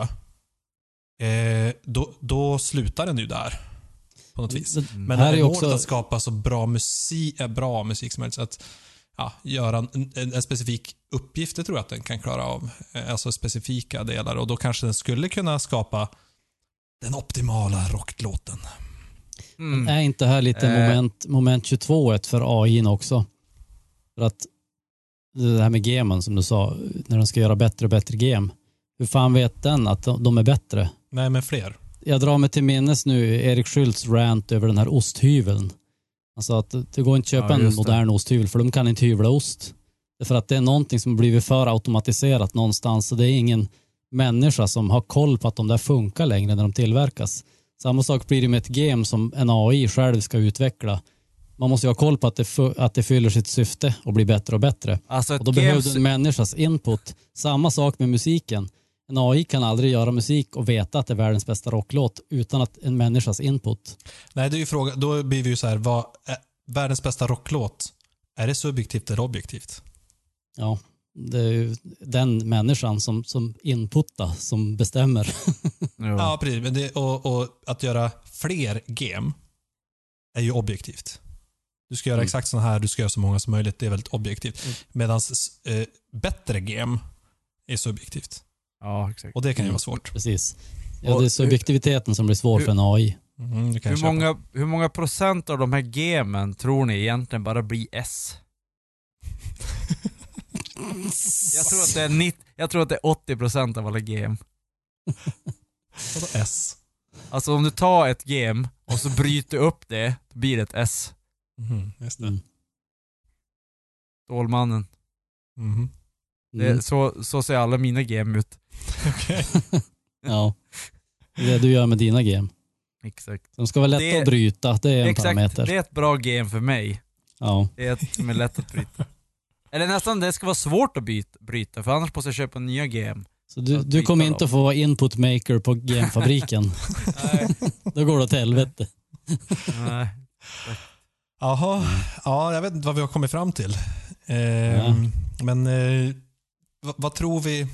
eh, då, då slutar den ju där på något vis. Men Här är är målet också- att skapa så bra musik, äh, bra musik som möjligt, så att ja, göra en, en, en specifik uppgift, det tror jag att den kan klara av. Eh, Alltså specifika delar, och då kanske den skulle kunna skapa den optimala rocklåten. Mm. Är inte här lite Eh. moment, moment tjugotvå ett för A I också? För att det här med gemen som du sa, när de ska göra bättre och bättre gem. Hur fan vet den att de de är bättre? Nej, men fler. Jag drar mig till minnes nu Erik Schultz rant över den här osthyveln. Alltså att det går inte att köpa Ja, en just det. modern osthyvel för de kan inte hyvla ost. Därför att det är någonting som blivit för automatiserat någonstans, så det är ingen människa som har koll på att de där funkar längre när de tillverkas. Samma sak blir det med ett game som en A I själv ska utveckla. Man måste ju ha koll på att det, fu- att det fyller sitt syfte och blir bättre och bättre. Alltså ett Och då game, behövde en människas input. Samma sak med musiken. En A I kan aldrig göra musik och veta att det är världens bästa rocklåt utan att en människas input. Nej, det är ju fråga, då blir vi ju så här, vad är världens bästa rocklåt? Är det subjektivt eller objektivt? Ja, det är ju den människan som, som inputtar som bestämmer. Jo. Ja, precis. Men det, och, och att göra fler game är ju objektivt. Du ska göra Mm. exakt så här, du ska göra så många som möjligt. Det är väldigt objektivt. Mm. Medan eh, bättre game är subjektivt. Ja, exakt. Och det kan ju Mm. vara svårt. Precis. Ja, Och det är subjektiviteten som blir svår hur- för en A I. Mm, det kan Hur jag köpa. många, hur många procent av de här gemen tror ni egentligen bara blir S? Jag tror att det är, nittio, jag tror att det är åttio procent av alla gem. Vadå S? Alltså om du tar ett game och så bryter upp det, då blir det ett S. Mm, just det. Mm. Stålmannen. Mhm. Det, Mm. så, så ser alla mina game ut. Okej. Ja. Det är det du gör med dina game. Exakt. De ska vara lätta Det- att bryta, det är en Exakt, parameter. det är ett bra game för mig. Ja. Det är ett som är lätt att bryta. Eller nästan det ska vara svårt att byta, bryta för annars måste jag köpa nya game. Så du, Att du bryta kommer dem. inte att få vara input maker på gamefabriken. Nej. Då går det åt helvete. Nej. Jaha, ja, jag vet inte vad vi har kommit fram till. Eh, Men eh, vad, vad tror vi?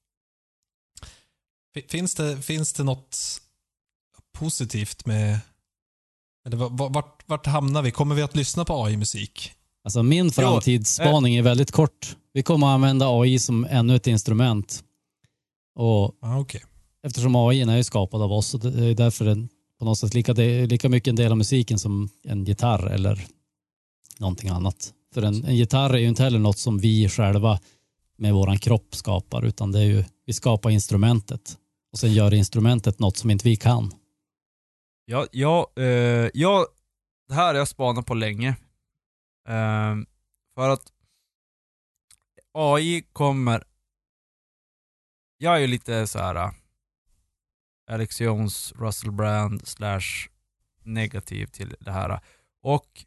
Fi- Finns det, finns det något positivt med... Eller va- va- vart, vart hamnar vi? Kommer vi att lyssna på A I-musik? Alltså min framtidsspaning är väldigt kort. Vi kommer att använda A I som ännu ett instrument. Och Ah, okej. eftersom A I är ju skapad av oss, så det är därför den på något sätt lika, det är lika mycket en del av musiken som en gitarr eller någonting annat. För en, en gitarr är ju inte heller något som vi själva med våran kropp skapar, utan det är ju, vi skapar instrumentet och sen gör instrumentet något som inte vi kan. Ja, ja, eh, ja, det här har jag spanat på länge. Eh, för att A I kommer... Jag är ju lite så här uh, Alex Jones, Russell Brand slash negativ till det här. Och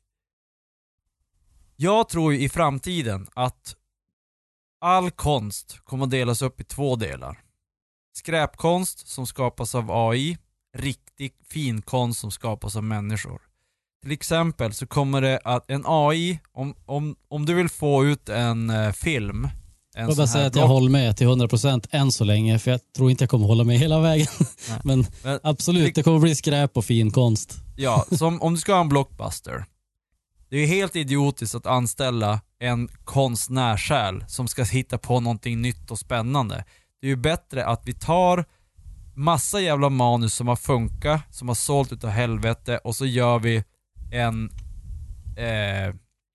jag tror ju i framtiden att all konst kommer att delas upp i två delar. Skräpkonst som skapas av A I, riktig fin konst som skapas av människor. Till exempel så kommer det att en A I, om, om, om du vill få ut en eh, film, en Jag vill sån bara säga här att jag block- håller med till hundra procent än så länge, för jag tror inte jag kommer hålla med hela vägen. Nej. Men Men- absolut, det kommer bli skräp och fin konst. Ja, som om du ska ha en blockbuster. Det är helt idiotiskt att anställa en konstnärsjäl som ska hitta på någonting nytt och spännande. Det är ju bättre att vi tar massa jävla manus som har funkat, som har sålt utav helvete, och så gör vi en eh,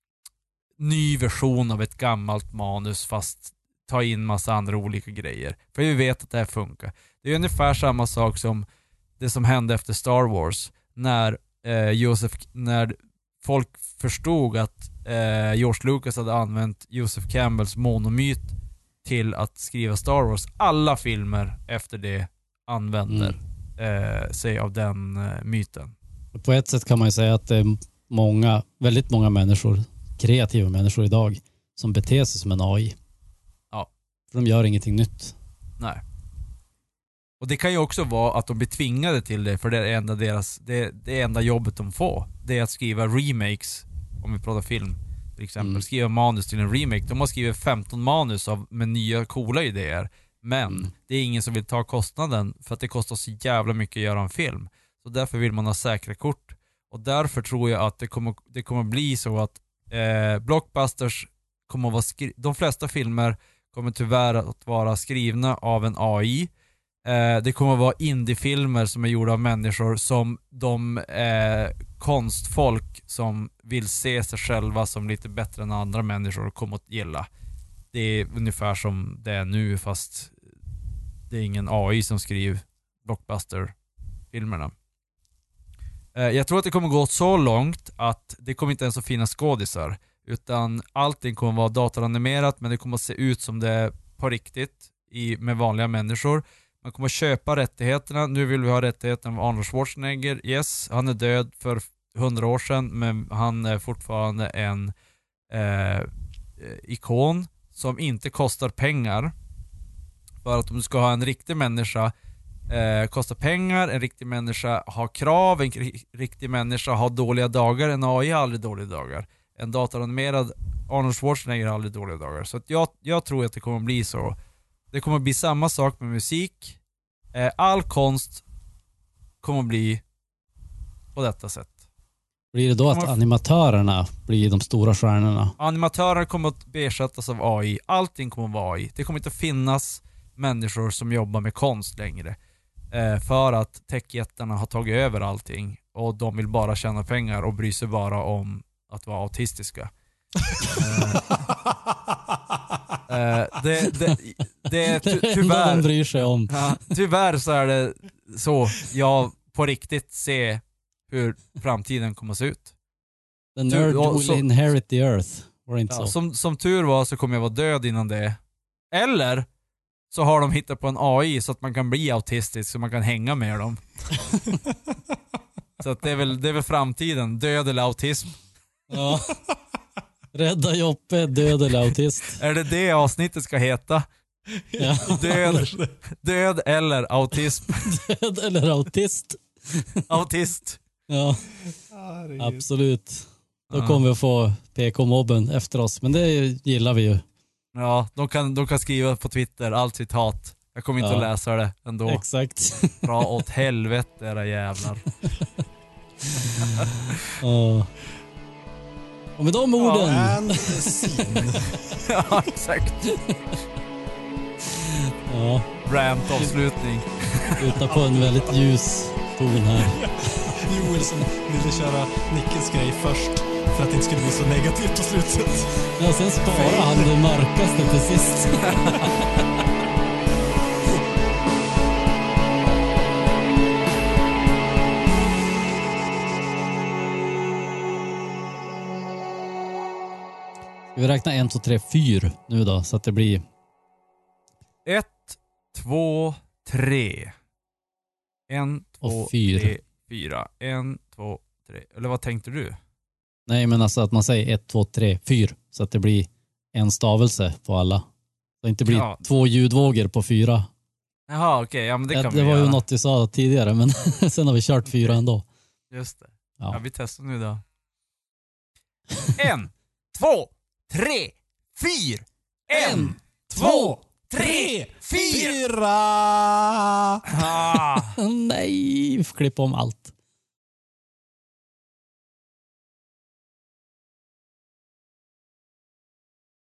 ny version av ett gammalt manus fast ta in massa andra olika grejer. För vi vet att det här funkar. Det är ungefär samma sak som det som hände efter Star Wars när eh, Joseph, när folk förstod att eh, George Lucas hade använt Joseph Campbells monomyt till att skriva Star Wars. Alla filmer efter det använder eh, sig av den eh, myten. På ett sätt kan man ju säga att det är många, väldigt många människor, kreativa människor idag, som beter sig som en A I. Ja. För de gör ingenting nytt. Nej. Och det kan ju också vara att de blir tvingade till det, för det är enda deras, det, det är enda jobbet de får. Det är att skriva remakes, om vi pratar film till exempel. Mm. Skriva manus till en remake. De har skrivit femton manus av, med nya coola idéer. Men Mm. det är ingen som vill ta kostnaden, för att det kostar så jävla mycket att göra en film. Så därför vill man ha säkra kort. Och därför tror jag att det kommer, det kommer bli så att eh, blockbusters kommer att vara skri- de flesta filmer kommer tyvärr att vara skrivna av en A I. Eh, det kommer att vara indiefilmer som är gjorda av människor som de eh, konstfolk som vill se sig själva som lite bättre än andra människor kommer att gilla. Det är ungefär som det är nu, fast det är ingen A I som skriver blockbuster-filmerna. Eh, jag tror att det kommer gå så långt att det kommer inte ens att finnas skådisar, utan allting kommer vara datoranimerat, men det kommer att se ut som det är på riktigt i, med vanliga människor. Man kommer köpa rättigheterna. Nu vill vi ha rättigheterna av Arnold Schwarzenegger. Yes, han är död för hundra år sedan, men han är fortfarande en eh, ikon som inte kostar pengar. För att om du ska ha en riktig människa eh, kostar pengar, en riktig människa har krav, en riktig människa har dåliga dagar, en A I har aldrig dåliga dagar. En datoranimerad Arnold Schwarzenegger har aldrig dåliga dagar. Så att jag, jag tror att det kommer bli så. Det kommer bli samma sak med musik. Eh, all konst kommer bli på detta sätt. Blir det då att animatörerna blir de stora stjärnorna? Animatörer kommer att ersättas av A I. Allting kommer att vara A I. Det kommer inte att finnas människor som jobbar med konst längre. Eh, för att techjättarna har tagit över allting. Och de vill bara tjäna pengar och bry sig bara om att vara autistiska. eh, eh, det, det, det är ty, Det enda tyvärr... de bryr sig om. Ja, tyvärr så är det så. Jag på riktigt se hur framtiden kommer att se ut. The nerd och will så- inherit the earth. Var det inte Ja, så? som, som tur var så kommer jag vara död innan det. Eller så har de hittat på en A I så att man kan bli autistisk så man kan hänga med dem. Så att det är väl, det är väl framtiden. Död eller autism. Ja. Rädda Joppe, död eller autist. Är det det avsnittet ska heta? Ja. Död, död eller autism. Död eller autist. Autist. Ja, absolut. Då Ja. kommer vi att få P K-mobben efter oss. Men det gillar vi ju. Ja, de kan, de kan skriva på Twitter allt sitt hat. Jag kommer inte Ja. att läsa det ändå. Exakt. Dra åt helvete era jävlar. Ja. Och med de orden. And scene. Ja, exakt. Ja, Rant-avslutning. sluta på en väldigt ljus ton här. Joel som ville köra Nickes grej först för att det inte skulle bli så negativt på slutet. Ja, sen sparar han det mörkaste till sist. Ska vi räkna en, två, tre, fyra nu då så att det blir... Ett, två, tre. En, två, Och fyra. tre, fyra. En, två, tre. Eller vad tänkte du? Nej, men alltså att man säger ett, två, tre, fyra så att det blir en stavelse på alla. Så det inte blir Ja. två ljudvågor på fyra. Jaha, okej. Ja, men det Det, kan det vi var göra. ju något du sa tidigare, men sen har vi kört fyra ändå. Just det. Ja. Ja. vi testar nu då. En, två, tre, fyra. En, två, tre, fyra. Fyra! Ah. Nej, vi får klippa om allt.